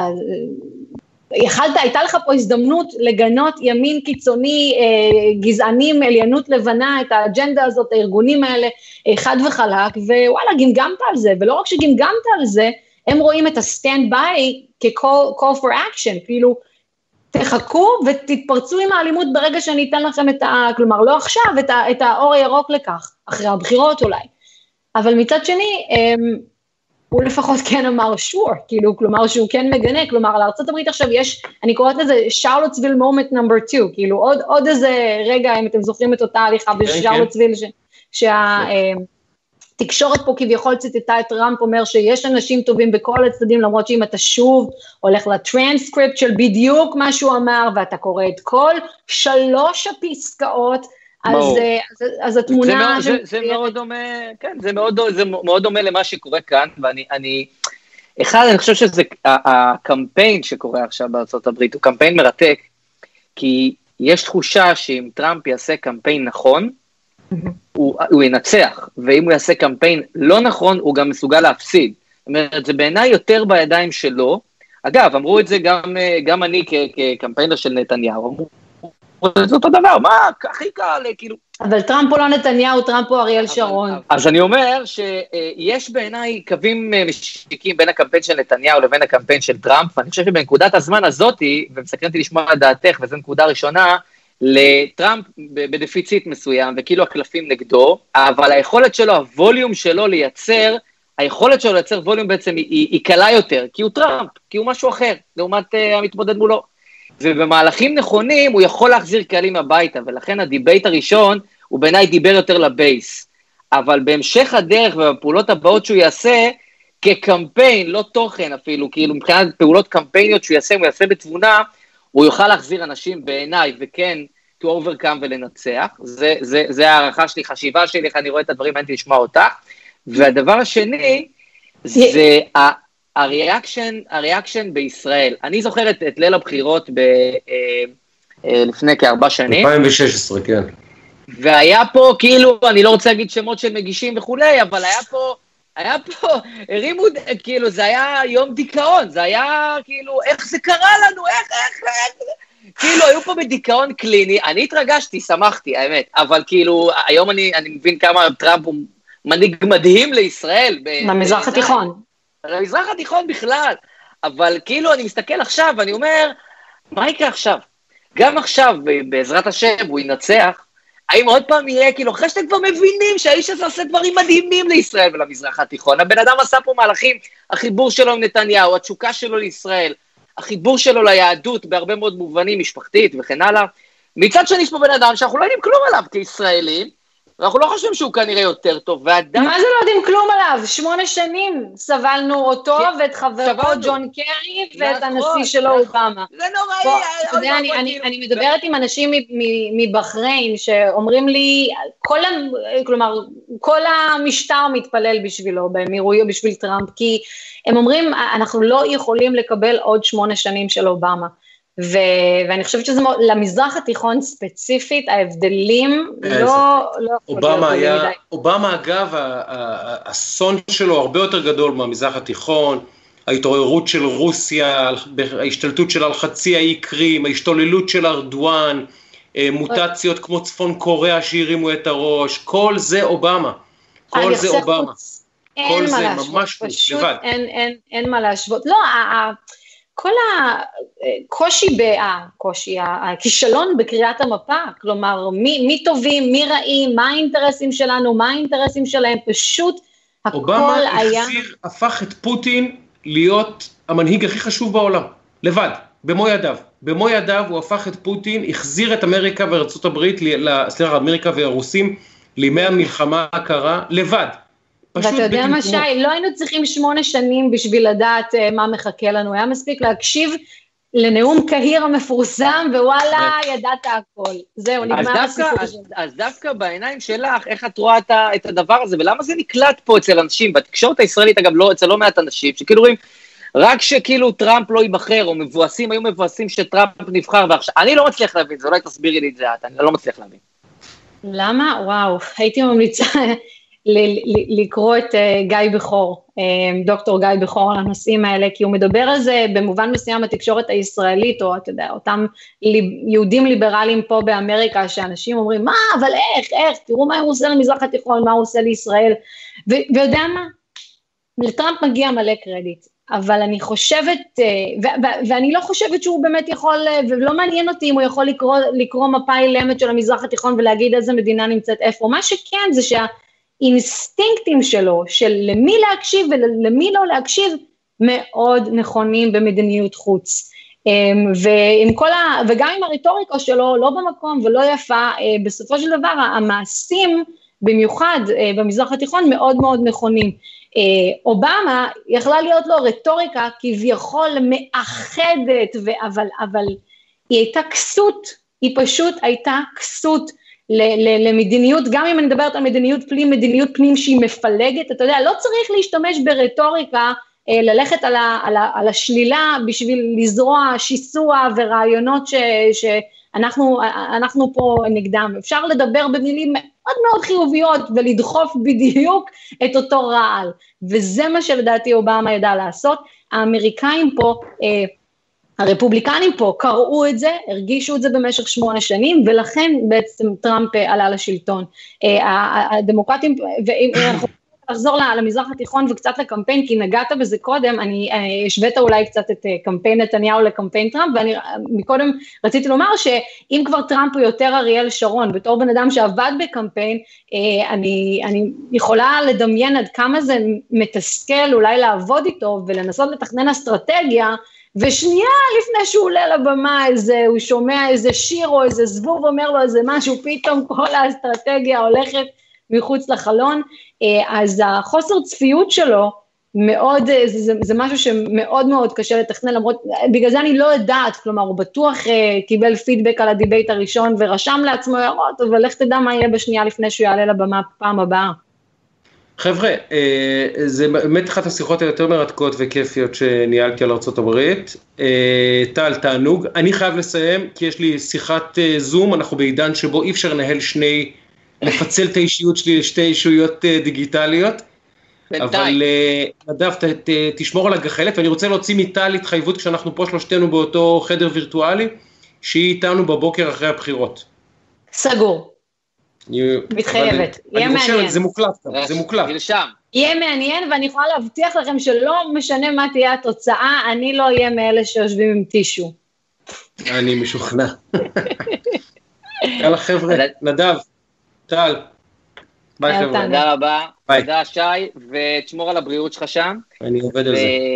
הייתה לך פה הזדמנות לגנות ימין קיצוני, גזענים, עליינות לבנה, את האג'נדה הזאת, הארגונים האלה, חד וחלק, ווואלה, גמגמת על זה, ולא רק שגמגמת על זה, הם רואים את ה-stand by כ-call for action, כאילו, תחכו ותתפרצו עם האלימות ברגע שאני אתן לכם כלומר, לא עכשיו, את האור הירוק לכך, אחרי הבחירות אולי. אבל מצד שני, הוא לפחות כן אמר sure, כאילו, כלומר שהוא כן מגנה, כלומר, לארצות הברית עכשיו יש, אני קוראת לזה שרלוטסוויל מומנט נאמבר 2, כאילו, עוד איזה רגע, אם אתם זוכרים את אותה הליכה בשרלוטסוויל, שהתקשורת פה כביכול ציטטה את טראמפ, אומר שיש אנשים טובים בכל הצדדים, למרות שאם אתה שוב הולך לטרנסקריפט של בדיוק מה שהוא אמר, ואתה קורא את כל 3 הפסקאות, אז התמונה... זה מאוד דומה, כן, זה מאוד דומה למה שקורה כאן, ואני חושב שזה, הקמפיין שקורה עכשיו בארצות הברית, הוא קמפיין מרתק, כי יש תחושה שאם טראמפ יעשה קמפיין נכון, הוא ינצח, ואם הוא יעשה קמפיין לא נכון, הוא גם מסוגל להפסיד. זאת אומרת, זה בעיניי יותר בידיים שלו, אגב, אמרו את זה גם אני כקמפיינר של נתניהו, אמרו, זה אותו דבר, מה, הכי קל, כאילו. אבל טראמפ הוא לא נתניהו, טראמפ הוא אריאל שרון. אז אני אומר שיש בעיניי קווים משיקים בין הקמפיין של נתניהו לבין הקמפיין של טראמפ, ואני חושב שבנקודת הזמן הזאת, ומסקרנתי לשמוע את דעתך, וזו נקודה ראשונה, לטראמפ בדפיציט מסוים, וכאילו הקלפים נגדו, אבל היכולת שלו, הווליום שלו לייצר, היכולת שלו לייצר ווליום בעצם היא קלה יותר, כי הוא טראמפ, כי הוא משהו אחר, לעומת המתמודד מולו. ובמהלכים נכונים הוא יכול להחזיר קהלים הביתה, ולכן הדיבייט הראשון הוא בעיניי דיבר יותר לבייס, אבל בהמשך הדרך ובפעולות הבאות שהוא יעשה, כקמפיין, לא תוכן אפילו, כאילו מבחינת פעולות קמפייניות שהוא יעשה, הוא יעשה בתבונה, הוא יוכל להחזיר אנשים בעיניי, וכן, to overcome ולנצח, זה הערכה שלי, חשיבה שלי, איך אני רואה את הדברים, מעניין לשמוע אותך, והדבר השני, זה הריאקשן בישראל. אני זוכרת את ליל הבחירות לפני כ4 שנים. 2016, כן. והיה פה, כאילו, אני לא רוצה להגיד שמות של מגישים וכולי, אבל היה פה, הרימו, כאילו, זה היה יום דיכאון, זה היה, כאילו, איך זה קרה לנו, כאילו, היו פה בדיכאון קליני, אני התרגשתי, שמחתי, האמת, אבל כאילו, היום אני מבין כמה טראמפ הוא מנהיג מדהים לישראל. במזרח התיכון. במזרח התיכון בכלל, אבל כאילו אני מסתכל עכשיו ואני אומר, מה יקרה עכשיו? גם עכשיו, בעזרת השם, הוא ינצח, האם עוד פעם יהיה, כאילו, אחרי שאתם כבר מבינים שהאיש הזה עושה דברים מדהימים לישראל ולמזרח התיכון, הבן אדם עשה פה מהלכים, החיבור שלו עם נתניהו, התשוקה שלו לישראל, החיבור שלו ליהדות בהרבה מאוד מובנים, משפחתית וכן הלאה, מצד שני יש פה בן אדם שאנחנו לא יודעים כלום עליו כישראלים, ואנחנו לא חושבים שהוא כנראה יותר טוב, ועדיין... מה זה לא יודעים כלום עליו? 8 שנים סבלנו אותו ואת חברו ג'ון קרי ואת הנשיא שלו אובמה. זה נוראי. אני מדברת עם אנשים מבחריין שאומרים לי, כלומר, כל המשטר מתפלל בשבילו, באמירויות בשביל טראמפ, כי הם אומרים, אנחנו לא יכולים לקבל עוד 8 שנים של אובמה. ואני חושבת שזה למזרח התיכון ספציפית, ההבדלים לא אובמה אגב, האסון שלו הרבה יותר גדול מהמזרח התיכון, ההתעוררות של רוסיה, ההשתלטות שלה על חצי האי קרים, ההשתוללות של ארדואן, מוטציות כמו צפון קוריאה שהרימו את הראש, כל זה אובמה, כל זה אובמה, כל זה ממש לבד. אין מה להשוות, לא, כל הכישלון בקריאת המפה, כלומר, מי טובים, מי רעים, מה האינטרסים שלנו, מה האינטרסים שלהם, פשוט הכל היה... אובמה הפך את פוטין להיות המנהיג הכי חשוב בעולם, לבד, במו ידיו הוא הפך את פוטין, החזיר את אמריקה וארצות הברית, אמריקה והרוסים, לימי המלחמה הקרה, לבד. ואתה יודע מה שי, לא היינו צריכים 8 שנים בשביל לדעת מה מחכה לנו, היה מספיק להקשיב לנאום קהיר המפורסם, ווואלה, ידעת הכל. זהו, נגמר הסיפור. אז דווקא בעיניים שלך, איך את רואה את הדבר הזה, ולמה זה נקלט פה אצל אנשים, בתקשורת הישראלית, אגב, אצל לא מעט אנשים, שכאילו רואים, רק שכאילו טראמפ לא ייבחר, או היו מבואסים שטראמפ נבחר, ועכשיו, אני לא מצליח להבין, זה אולי תסבירי לי את זה, אני לא מצליח להבין. למה? וואו, הייתי ממליצה לקרוא את גיא בכור, דוקטור גיא בכור על הנושאים האלה, כי הוא מדבר על זה במובן מסוים התקשורת הישראלית, או אתה יודע, אותם יהודים ליברליים פה באמריקה, שאנשים אומרים, מה, אבל איך, תראו מה הוא עושה למזרח התיכון, מה הוא עושה לישראל, ויודע מה, לטראמפ מגיע מלא קרדיט, אבל אני חושבת, ואני לא חושבת שהוא באמת יכול, ולא מעניין אותי אם הוא יכול לקרוא מפה אילמת של המזרח התיכון, ולהגיד איזה מדינה נמצאת איפה, מה שכן זה האינסטינקטים שלו, של למי להקשיב ולמי לא להקשיב, מאוד נכונים במדיניות חוץ. וגם עם הרטוריקה שלו, לא במקום ולא יפה, בסופו של דבר, המעשים, במיוחד במזרח התיכון, מאוד מאוד נכונים. אובמה יכלה להיות לו רטוריקה כביכול מאחדת, אבל היא הייתה כסות, היא פשוט הייתה כסות, למדיניות, גם אם אני מדברת על מדיניות פנים שהיא מפלגת, אתה יודע, לא צריך להשתמש ברטוריקה, ללכת על השלילה בשביל לזרוע שיסוע ורעיונות שאנחנו פה נגדם, אפשר לדבר במילים מאוד מאוד חיוביות ולדחוף בדיוק את אותו רעל, וזה מה שלדעתי אובמה ידע לעשות, האמריקאים פה, הרפובליקנים פה קראו את זה, הרגישו את זה במשך 8 שנים, ולכן בעצם טראמפ עלה לשלטון. הדמוקרטים, ואם אנחנו נחזור למזרח התיכון וקצת לקמפיין, כי נגעת בזה קודם, אני השווית אולי קצת את קמפיין נתניהו לקמפיין טראמפ, ואני מקודם רציתי לומר שאם כבר טראמפ הוא יותר אריאל שרון, בתור בן אדם שעבד בקמפיין, אני יכולה לדמיין עד כמה זה מתסכל אולי לעבוד איתו, ולנסות לתכנן אסטרטגיה, ושנייה לפני שהוא עולה לבמה, הוא שומע איזה שיר או איזה זבוב, אומר לו איזה משהו, פתאום כל האסטרטגיה הולכת מחוץ לחלון, אז החוסר צפיות שלו, מאוד, זה משהו שמאוד מאוד קשה לתכנן, למרות, בגלל זה אני לא יודעת, כלומר, הוא בטוח קיבל פידבק על הדיבייט הראשון, ורשם לעצמו הערות, אבל לך תדע מה יהיה בשנייה לפני שהוא יעלה לבמה פעם הבאה. חבר'ה, זה באמת אחת השיחות היותר מרתקות וכיפיות שניהלתי על ארצות הברית. טל, תענוג. אני חייב לסיים, כי יש לי שיחת זום, אנחנו בעידן שבו אי אפשר לנהל לפצל את האישיות שלי לשתי אישויות דיגיטליות. אבל נדב, תשמור על הגחלת, ואני רוצה להוציא מטל התחייבות כשאנחנו פה שלושתנו באותו חדר וירטואלי, שהיא איתנו בבוקר אחרי הבחירות. סגור. מתחייבת, יהיה מעניין. זה מוקלט, זה מוקלט. יהיה מעניין, ואני יכולה להבטיח לכם שלא משנה מה תהיה התוצאה, אני לא אהיה מאלה שיושבים עם טישו. אני משוכנע. יאללה חבר'ה, נדב, טל. ביי חבר'ה. תודה רבה, תודה שי, ותשמור על הבריאות שלך שם. אני עובד על זה.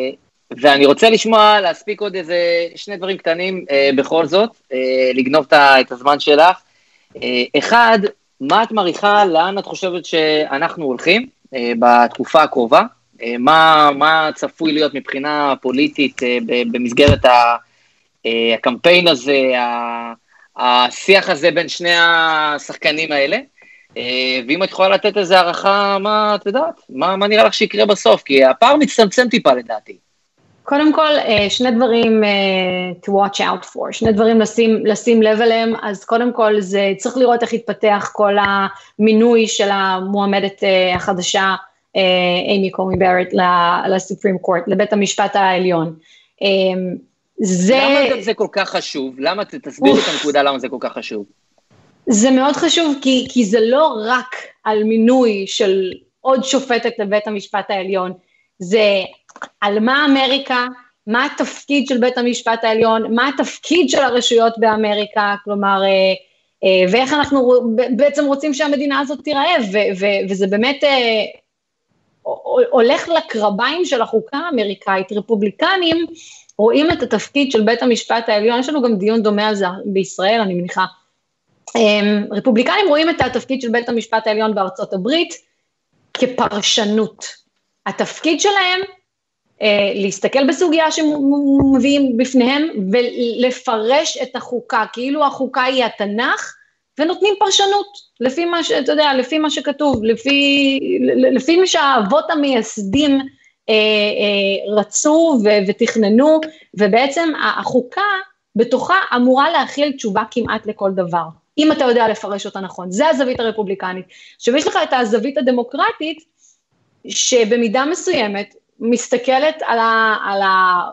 ואני רוצה לשמוע, להספיק עוד איזה שני דברים קטנים בכל זאת, לגנוב את הזמן שלך. אחד, מה את מעריכה, לאן את חושבת שאנחנו הולכים בתקופה הקרובה? מה צפוי להיות מבחינה פוליטית במסגרת הקמפיין הזה, השיח הזה בין שני השחקנים האלה? ואם את יכולה לתת איזו הערכה, מה את יודעת? מה נראה לך שיקרה בסוף? כי הפער מצטמצם טיפה לדעתי. קודם כל, שני דברים to watch out for, שני דברים לשים לב אליהם, אז קודם כל זה צריך לראות איך יתפתח כל המינוי של המועמדת החדשה, אימי קומי ברט, לסופרים קורט, לבית המשפט העליון. למה זה כל כך חשוב? למה, תסביר את הנקודה למה זה כל כך חשוב? זה מאוד חשוב, כי זה לא רק על מינוי של עוד שופטת לבית המשפט העליון, זה על מה אמריקה, מה התפקיד של בית המשפט העליון, מה התפקיד של הרשויות באמריקה, כלומר, ואיך אנחנו בעצם רוצים שהמדינה הזאת תיראה, וזה באמת הולך לקרביים של החוקה האמריקאית, רפובליקנים רואים את התפקיד של בית המשפט העליון, יש לנו גם דיון דומה על זה בישראל, אני מניחה, רפובליקנים רואים את התפקיד של בית המשפט העליון בארצות הברית כפרשנות. התפקיד שלהם להסתכל בסוגיה שמביאים בפניהם ולפרש את החוקה, כאילו החוקה היא התנ"ך, ונותנים פרשנות לפי מה שאתה יודע, לפי מה שכתוב, לפי מה שהאבות המייסדים רצו ותכננו, ובעצם החוקה בתוכה אמורה להכיל תשובה כמעט לכל דבר, אם אתה יודע לפרש אותה נכון. זה הזווית הרפובליקנית. עכשיו יש לך את הזווית הדמוקרטית, שבמידה מסוימת מסתכלת על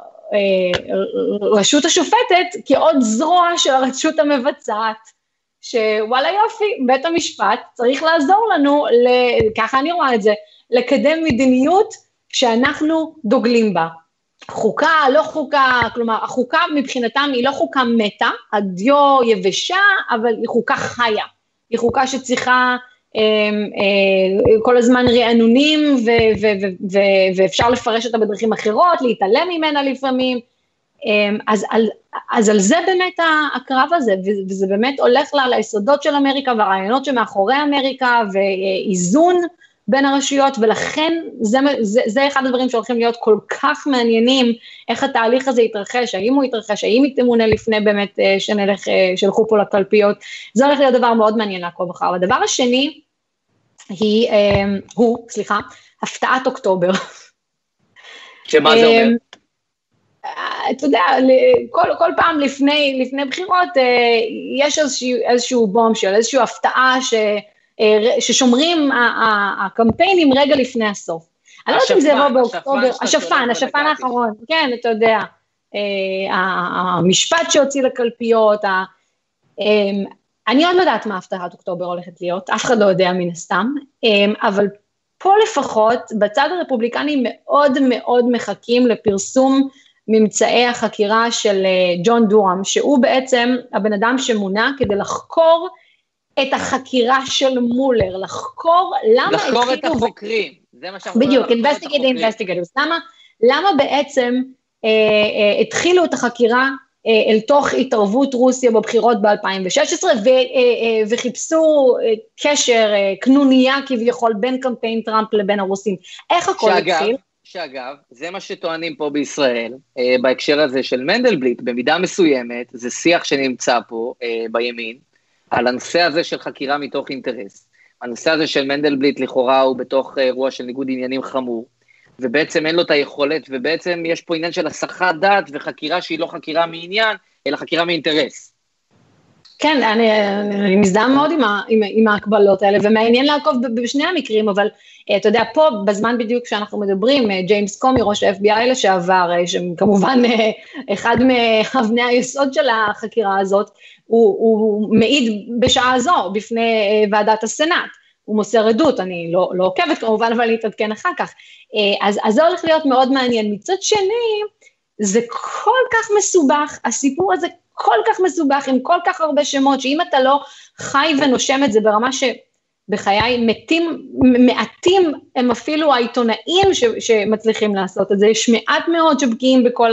הרשות השופטת כעוד זרוע של הרשות המבצעת, שוואלה יופי, בית המשפט צריך לעזור לנו, ככה אני רואה את זה, לקדם מדיניות שאנחנו דוגלים בה. חוקה, לא חוקה, כלומר, החוקה מבחינתם היא לא חוקה מתה, הדיו יבשה, אבל היא חוקה חיה. היא חוקה שצריכה כל הזמן רענונים, ואפשר לפרש אותה בדרכים אחרות, להתעלם ממנה לפעמים. אז על זה באמת הקרב הזה, וזה באמת הולך ליסודות של אמריקה, והרעיונות שמאחורי אמריקה, ואיזון בין הרשויות, ולכן זה אחד הדברים שהולכים להיות כל כך מעניינים, איך התהליך הזה יתרחש, האם הוא יתרחש, האם היא תמונה לפני באמת שלחו פה לקלפיות, זה הולך להיות דבר מאוד מעניין לעקוב אחר. הדבר השני הוא, הפתעת אוקטובר. שמה זה אומר? אתה יודע, כל פעם לפני בחירות, יש איזשהו בומשל, איזשהו הפתעה ששומרים הקמפיינים רגע לפני הסוף. אני לא יודעת אם זה יבוא באוקטובר, השפן האחרון, כן, אתה יודע, המשפט שהוציא לקלפיות, אני עוד לא יודעת מה הפתעת אוקטובר הולכת להיות, אף אחד לא יודע מן הסתם, אבל פה לפחות, בצד הרפובליקני מאוד מאוד מחכים לפרסום ממצאי החקירה של ג'ון דורם, שהוא בעצם הבן אדם שמונה כדי לחקור את החקירה של מולר, לחקור את החוקרים, זה מה שאנחנו בדיוק, investigators, למה בעצם התחילו את החקירה אל תוך התערבות רוסיה בבחירות ב-2016, וחיפשו קשר, קנוניה כביכול בין קמפיין טראמפ לבין הרוסים. איך הכל התחיל? שאגב, זה מה שטוענים פה בישראל, בהקשר הזה של מנדלבליט, במידה מסוימת, זה שיח שנמצא פה בימין, על הנושא הזה של חקירה מתוך אינטרס. הנושא הזה של מנדלבליט לכאורה הוא בתוך אירוע של ניגוד עניינים חמור, ובעצם אין לו את היכולת, ובעצם יש פה עניין של הסחת דעת, וחקירה שהיא לא חקירה מעניין, אלא חקירה מאינטרס. כן, אני מזדהה מאוד עם ההקבלות האלה, ומעניין לעקוב בשני המקרים, אבל אתה יודע, פה בזמן בדיוק שאנחנו מדברים, ג'יימס קומי, ראש ה-FBI לשעבר, שכמובן אחד מאבני היסוד של החקירה הזאת, הוא מעיד בשעה זו בפני ועדת הסנאט, הוא מוסר עדות, אני לא עוקבת כמובן, אבל אני אתעדכן אחר כך, אז זה הולך להיות מאוד מעניין. מצד שני, זה כל כך מסובך, הסיפור הזה כל כך מסובך, עם כל כך הרבה שמות, שאם אתה לא חי ונושם את זה ברמה בחיי, מעטים הם אפילו העיתונאים שמצליחים לעשות את זה, יש מעט מאוד שבקיאים בכל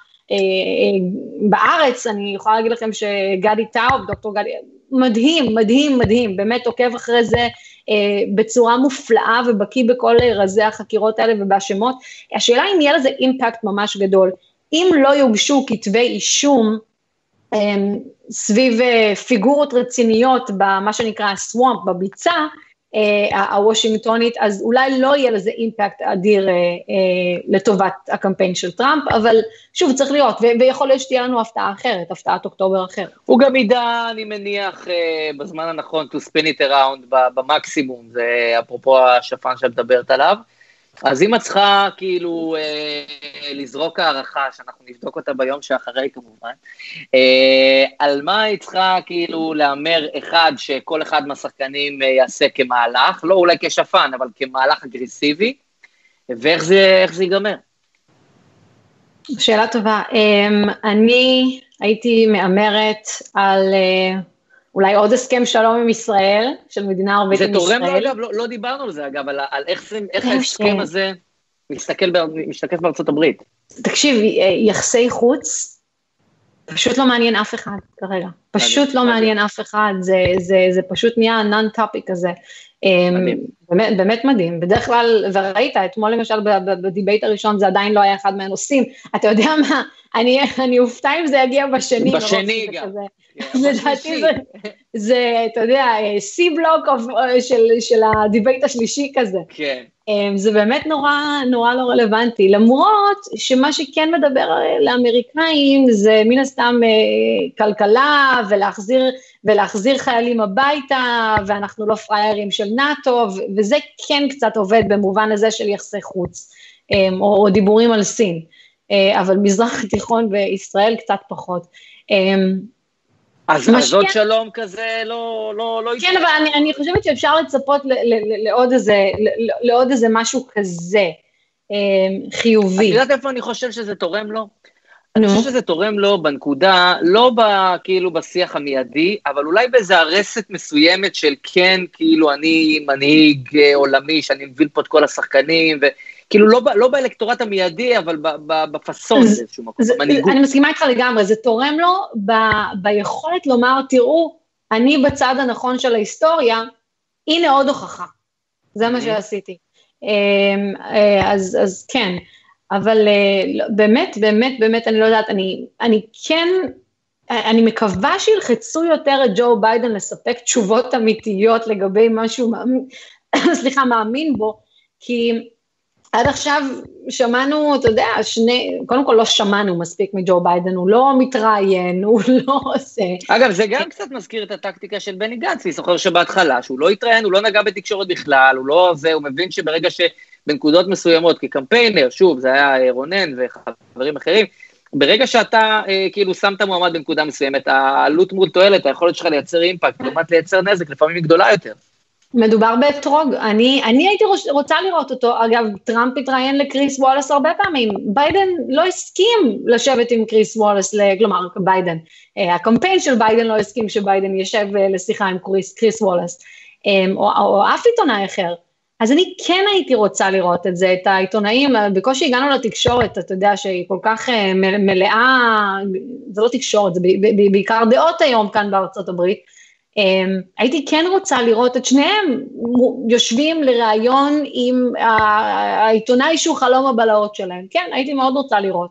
בארץ, אני יכולה להגיד לכם שגדי טאוב, דוקטור גדי, מדהים, מדהים, מדהים, באמת עוקב אחרי זה בצורה מופלאה ובקיא בכל רזי החקירות האלה ובשמות. השאלה אם יהיה לזה אימפקט ממש גדול, אם לא יוגשו כתבי אישום סביב פיגורות רציניות במה שנקרא הסוואמפ, בביצה הוושינגטונית, אז אולי לא יהיה לזה אימפקט אדיר לטובת הקמפיין של טראמפ, אבל שוב צריך לראות, ויכול להיות שתהיה לנו הפתעה אחרת, הפתעת אוקטובר אחרת. הוא גם ידע, אני מניח, בזמן הנכון, to spin it around במקסימום, זה אפרופו השפן שאת מדברת עליו, אז אם את צריכה כאילו לזרוק הערכה, שאנחנו נבדוק אותה ביום שאחרי כמובן, על מה היא צריכה כאילו לאמר אחד, שכל אחד מהשחקנים יעשה כמהלך, לא אולי כשפן, אבל כמהלך אגרסיבי, ואיך זה ייגמר? שאלה טובה, אני הייתי מאמרת על אולי עוד הסכם שלום עם ישראל, של מדינה ערבית עם ישראל. זה תורם לו, אגב, לא דיברנו על זה, אגב, על איך ההסכם הזה משתקף בארצות הברית. תקשיב, יחסי חוץ, פשוט לא מעניין אף אחד כרגע. פשוט לא מעניין אף אחד, זה פשוט נהיה non-topic כזה. באמת מדהים. בדרך כלל, וראית, אתמול למשל בדיבייט הראשון, זה עדיין לא היה אחד מהנושאים. אתה יודע מה, אני אופתע אם זה יגיע בשני. בשני גם. לדעתי זה, אתה יודע, C-block של הדיבייט השלישי כזה. כן. זה באמת נורא לא רלוונטי, למרות שמה שכן מדבר לאמריקאים זה מן הסתם כלכלה ולהחזיר חיילים הביתה, ואנחנו לא פריירים של נאטו, וזה כן קצת עובד במובן הזה של יחסי חוץ, או דיבורים על סין, אבל מזרח התיכון וישראל קצת פחות. אז עוד שלום כזה לא... כן, אבל אני חושבת שאפשר לצפות לעוד איזה משהו כזה חיובי. את יודעת איפה אני חושב שזה תורם לו? אני חושב שזה תורם לו בנקודה, לא כאילו בשיח המיידי, אבל אולי באיזו הרסת מסוימת של כן, כאילו אני מנהיג עולמי, שאני מבין פה את כל השחקנים, וכאילו לא באלקטורט המיידי, אבל בפסון איזשהו מקום, במנהיגות. אני מסכימה איתך לגמרי, זה תורם לו ביכולת לומר, תראו, אני בצד הנכון של ההיסטוריה, הנה עוד הוכחה. זה מה שעשיתי. אז כן. אבל באמת, אני לא יודעת, אני מקווה שילחצו יותר את ג'ו ביידן לספק תשובות אמיתיות לגבי משהו מאמין בו, כי עד עכשיו שמענו, אתה יודע, קודם כל לא שמענו מספיק מג'ו ביידן, הוא לא מתראיין, הוא לא עושה. אגב, זה גם קצת מזכיר את הטקטיקה של בני גנץ, אני זוכר שבהתחלה, שהוא לא התראיין, הוא לא נגע בתקשורת בכלל, הוא מבין שברגע בנקודות מסוימות, כקמפיינר, שוב, זה היה רונן וחברים אחרים, ברגע שאתה כאילו שמת מועמד בנקודה מסוימת, העלות מול תועלת, היכולת שלך לייצר אימפקט, לעומת לייצר נזק, לפעמים היא גדולה יותר. מדובר באתרוג, אני הייתי רוצה לראות אותו, אגב, טראמפ התראיין לקריס וולס הרבה פעמים, ביידן לא הסכים לשבת עם קריס וולס, כלומר, ביידן, הקמפיין של ביידן לא הסכים שביידן ישב לשיחה עם קריס וולס, או אף עיתונאי אחר, אז אני כן הייתי רוצה לראות את זה, את העיתונאים, בקושי הגענו לתקשורת, אתה יודע שהיא כל כך מלאה, זה לא תקשורת, זה בעיקר דעות היום כאן בארצות הברית, הייתי כן רוצה לראות את שניהם יושבים לראיון עם העיתונאי שהוא חלום הבלהות שלהם, כן, הייתי מאוד רוצה לראות,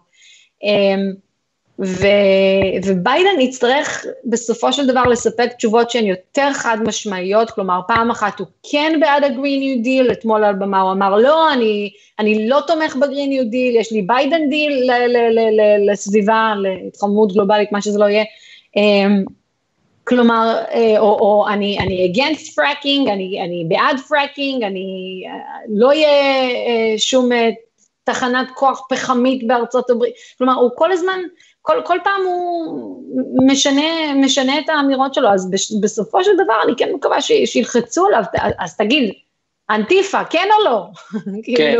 וביידן יצטרך בסופו של דבר לספק תשובות שהן יותר חד משמעיות, כלומר פעם אחת הוא כן בעד הגרין ניו דיל, אתמול על במה הוא אמר לא, אני לא תומך בגרין ניו דיל, יש לי ביידן דיל לסביבה, להתחממות גלובלית, מה שזה לא יהיה, כלומר, או אני against fracking, אני בעד fracking, אני לא יהיה שום תחנת כוח פחמית בארצות הברית, כלומר הוא כל הזמן, כל פעם הוא משנה את האמירות שלו, אז בסופו של דבר אני כן מקווה שילחצו עליו, אז תגיד, אנטיפה, כן או לא? כן.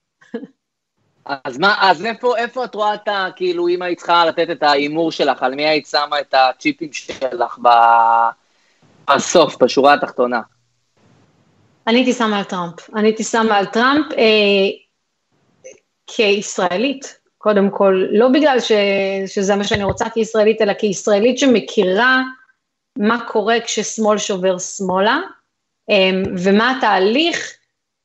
אז איפה את רואה אתה, כאילו, אם היית צריכה לתת את האימור שלך, על מי היית שמה את הצ'יפים שלך בסוף, בשורה התחתונה? אני הייתי שמה על טראמפ, כישראלית, קודם כל, לא בגלל שזה מה שאני רוצה כישראלית, אלא כישראלית שמכירה מה קורה כששמאל שובר שמאלה, ומה התהליך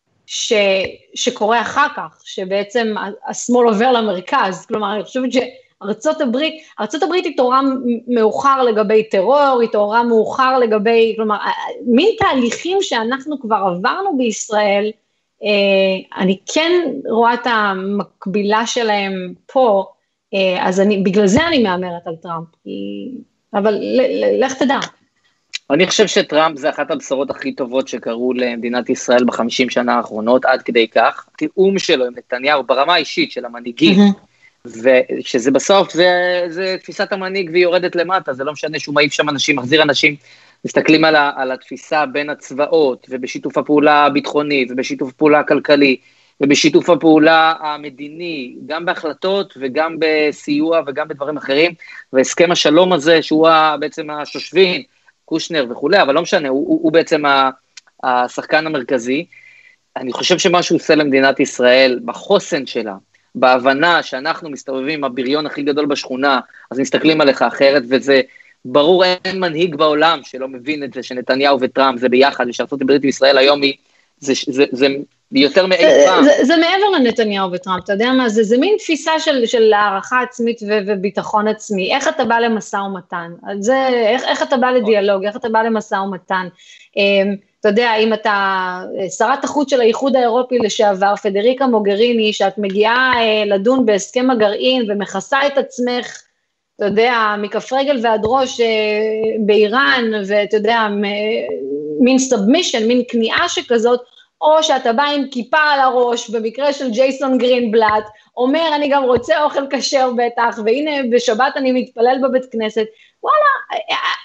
שקורה אחר כך, שבעצם השמאל עובר למרכז, כלומר, אני חושבת שארצות הברית התעוררה מאוחר לגבי טרור, התעוררה מאוחר לגבי, כלומר, מין תהליכים שאנחנו כבר עברנו בישראל, אני כן רואה את המקבילה שלהם פה, אז בגלל זה אני מאמרת על טראמפ, אבל לך תדע. אני חושב שטראמפ זה אחת הבשורות הכי טובות שקרו למדינת ישראל ב50 שנה האחרונות, עד כדי כך, התיאום שלו עם נתניהו ברמה האישית של המנהיגים, ושזה בסוף, זה תפיסת המנהיג והיא יורדת למטה, זה לא משנה שהוא מעיף שם אנשים, מחזיר אנשים, מסתכלים על התפיסה בין הצבאות, ובשיתוף הפעולה הביטחוני, ובשיתוף הפעולה הכלכלי, ובשיתוף הפעולה המדיני, גם בהחלטות וגם בסיוע וגם בדברים אחרים, והסכם השלום הזה, שהוא בעצם השושבין, קושנר וכו', אבל לא משנה, הוא בעצם השחקן המרכזי. אני חושב שמה שהוא עושה למדינת ישראל, בחוסן שלה, בהבנה שאנחנו מסתובבים הבריון הכי גדול בשכונה, אז מסתכלים עליך אחרת, וזה ברור, אין מנהיג בעולם שלא מבין את זה, שנתניהו וטראמפ זה ביחד, ושארצות הברית בישראל היום זה יותר מאי פעם. זה מעבר לנתניהו וטראמפ, אתה יודע מה, זה מין תפיסה של הערכה עצמית וביטחון עצמי, איך אתה בא למשא ומתן, איך אתה בא לדיאלוג, איך אתה בא למשא ומתן, אתה יודע, אם אתה שרת החוץ של האיחוד האירופי לשעבר, פדריקה מוגריני, שאת מגיעה לדון בהסכם הגרעין ומכסה את עצמך, אתה יודע, מכף רגל ועד ראש באיראן, ואתה יודע, מין סאבמישן, מין כניעה שכזאת, או שאתה בא עם כיפה על הראש, במקרה של ג'ייסון גרינבלט, אומר, אני גם רוצה אוכל כשר בטח, והנה בשבת אני מתפלל בבית כנסת, וואלה,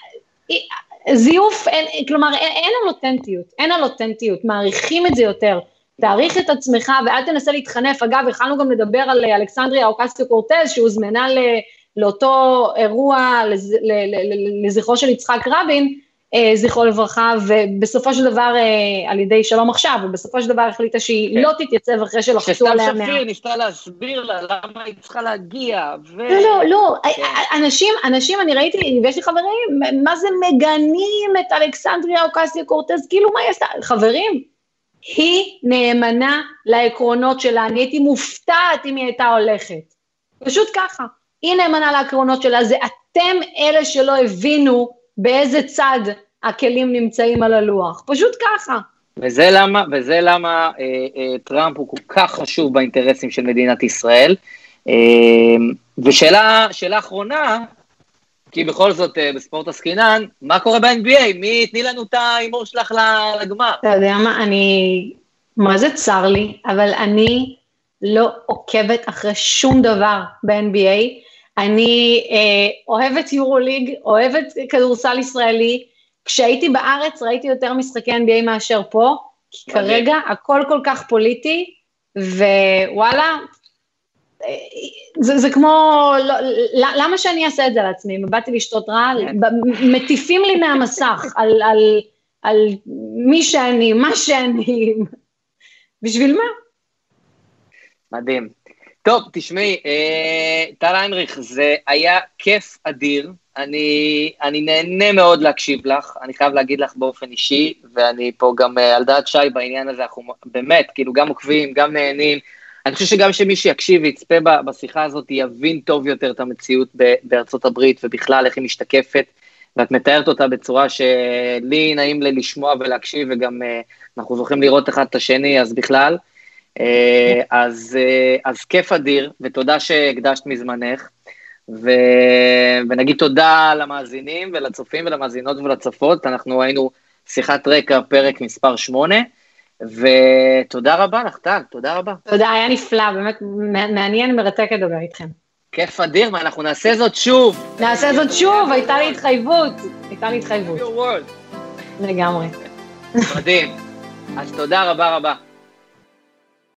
זיוף, כלומר, אין על אותנטיות, מעריכים את זה יותר, תעריך את עצמך, ואל תנסה להתחנף, אגב, יכלנו גם לדבר על אלכסנדריה אוקסיו קורטז, שהוזמנה לאותו אירוע, לזכרו של יצחק רבין, זכרו לברכה, ובסופו של דבר, על ידי שלום עכשיו, ובסופו של דבר החליטה שהיא לא תתייצב אחרי שלחצו עליה. שסתיו שפיר ניסתה להסביר לה למה היא צריכה להגיע. לא, אנשים, אני ראיתי, ויש לי חברים, מה זה מגנים את אלכסנדריה אוקסיו קורטז, כאילו מה היא עשתה? חברים, היא נאמנה לעקרונות שלה, אני הייתי מופתעת אם היא הייתה הולכת. פשוט ככה, היא נאמנה לעקרונות שלה, זה אתם אלה שלא הבינו באיזה צד הכלים נמצאים על הלוח, פשוט ככה. וזה למה טראמפ הוא כל כך חשוב באינטרסים של מדינת ישראל, ושאלה אחרונה, כי בכל זאת בספורט עסקינן, מה קורה ב-NBA? מי תני לנו את האימור שלך לגמר? אתה יודע מה זה צר לי, אבל אני לא עוקבת אחרי שום דבר ב-NBA, אני אוהבת יורוליג, אוהבת כדורסל ישראלי, כשהייתי בארץ ראיתי יותר משחקי NBA מאשר פה, כי כרגע הכל כל כך פוליטי, ווואלה, זה כמו, למה שאני אעשה את זה לעצמי? באתי לשתות רעל, מטיפים לי מהמסך על מי שאני, מה שאני, בשביל מה? מדהים. טוב, תשמעי, טל היינריך, זה היה כיף אדיר, אני נהנה מאוד להקשיב לך, אני חייב להגיד לך באופן אישי, ואני פה גם על דעת שי בעניין הזה, אנחנו באמת, כאילו גם עוקבים, גם נהנים, אני חושב שגם שמי שיקשיב ויצפה בשיחה הזאת, יבין טוב יותר את המציאות בארצות הברית, ובכלל איך היא משתקפת, ואת מתארת אותה בצורה שלי נעים לי לשמוע ולהקשיב, וגם אנחנו זוכים לראות אחד את השני, אז בכלל, אז כיף אדיר, ותודה שהקדשת מזמנך, ונגיד תודה למאזינים ולצופים ולמאזינות ולצפות, אנחנו היינו שיחת רקע פרק מספר 8, ותודה רבה לך טל, תודה רבה. תודה, היה נפלא, באמת מעניין מרתק לדבר איתכם. כיף אדיר, ואנחנו נעשה זאת שוב. נעשה זאת שוב, הייתה לי התחייבות. לגמרי. מדהים, אז תודה רבה רבה.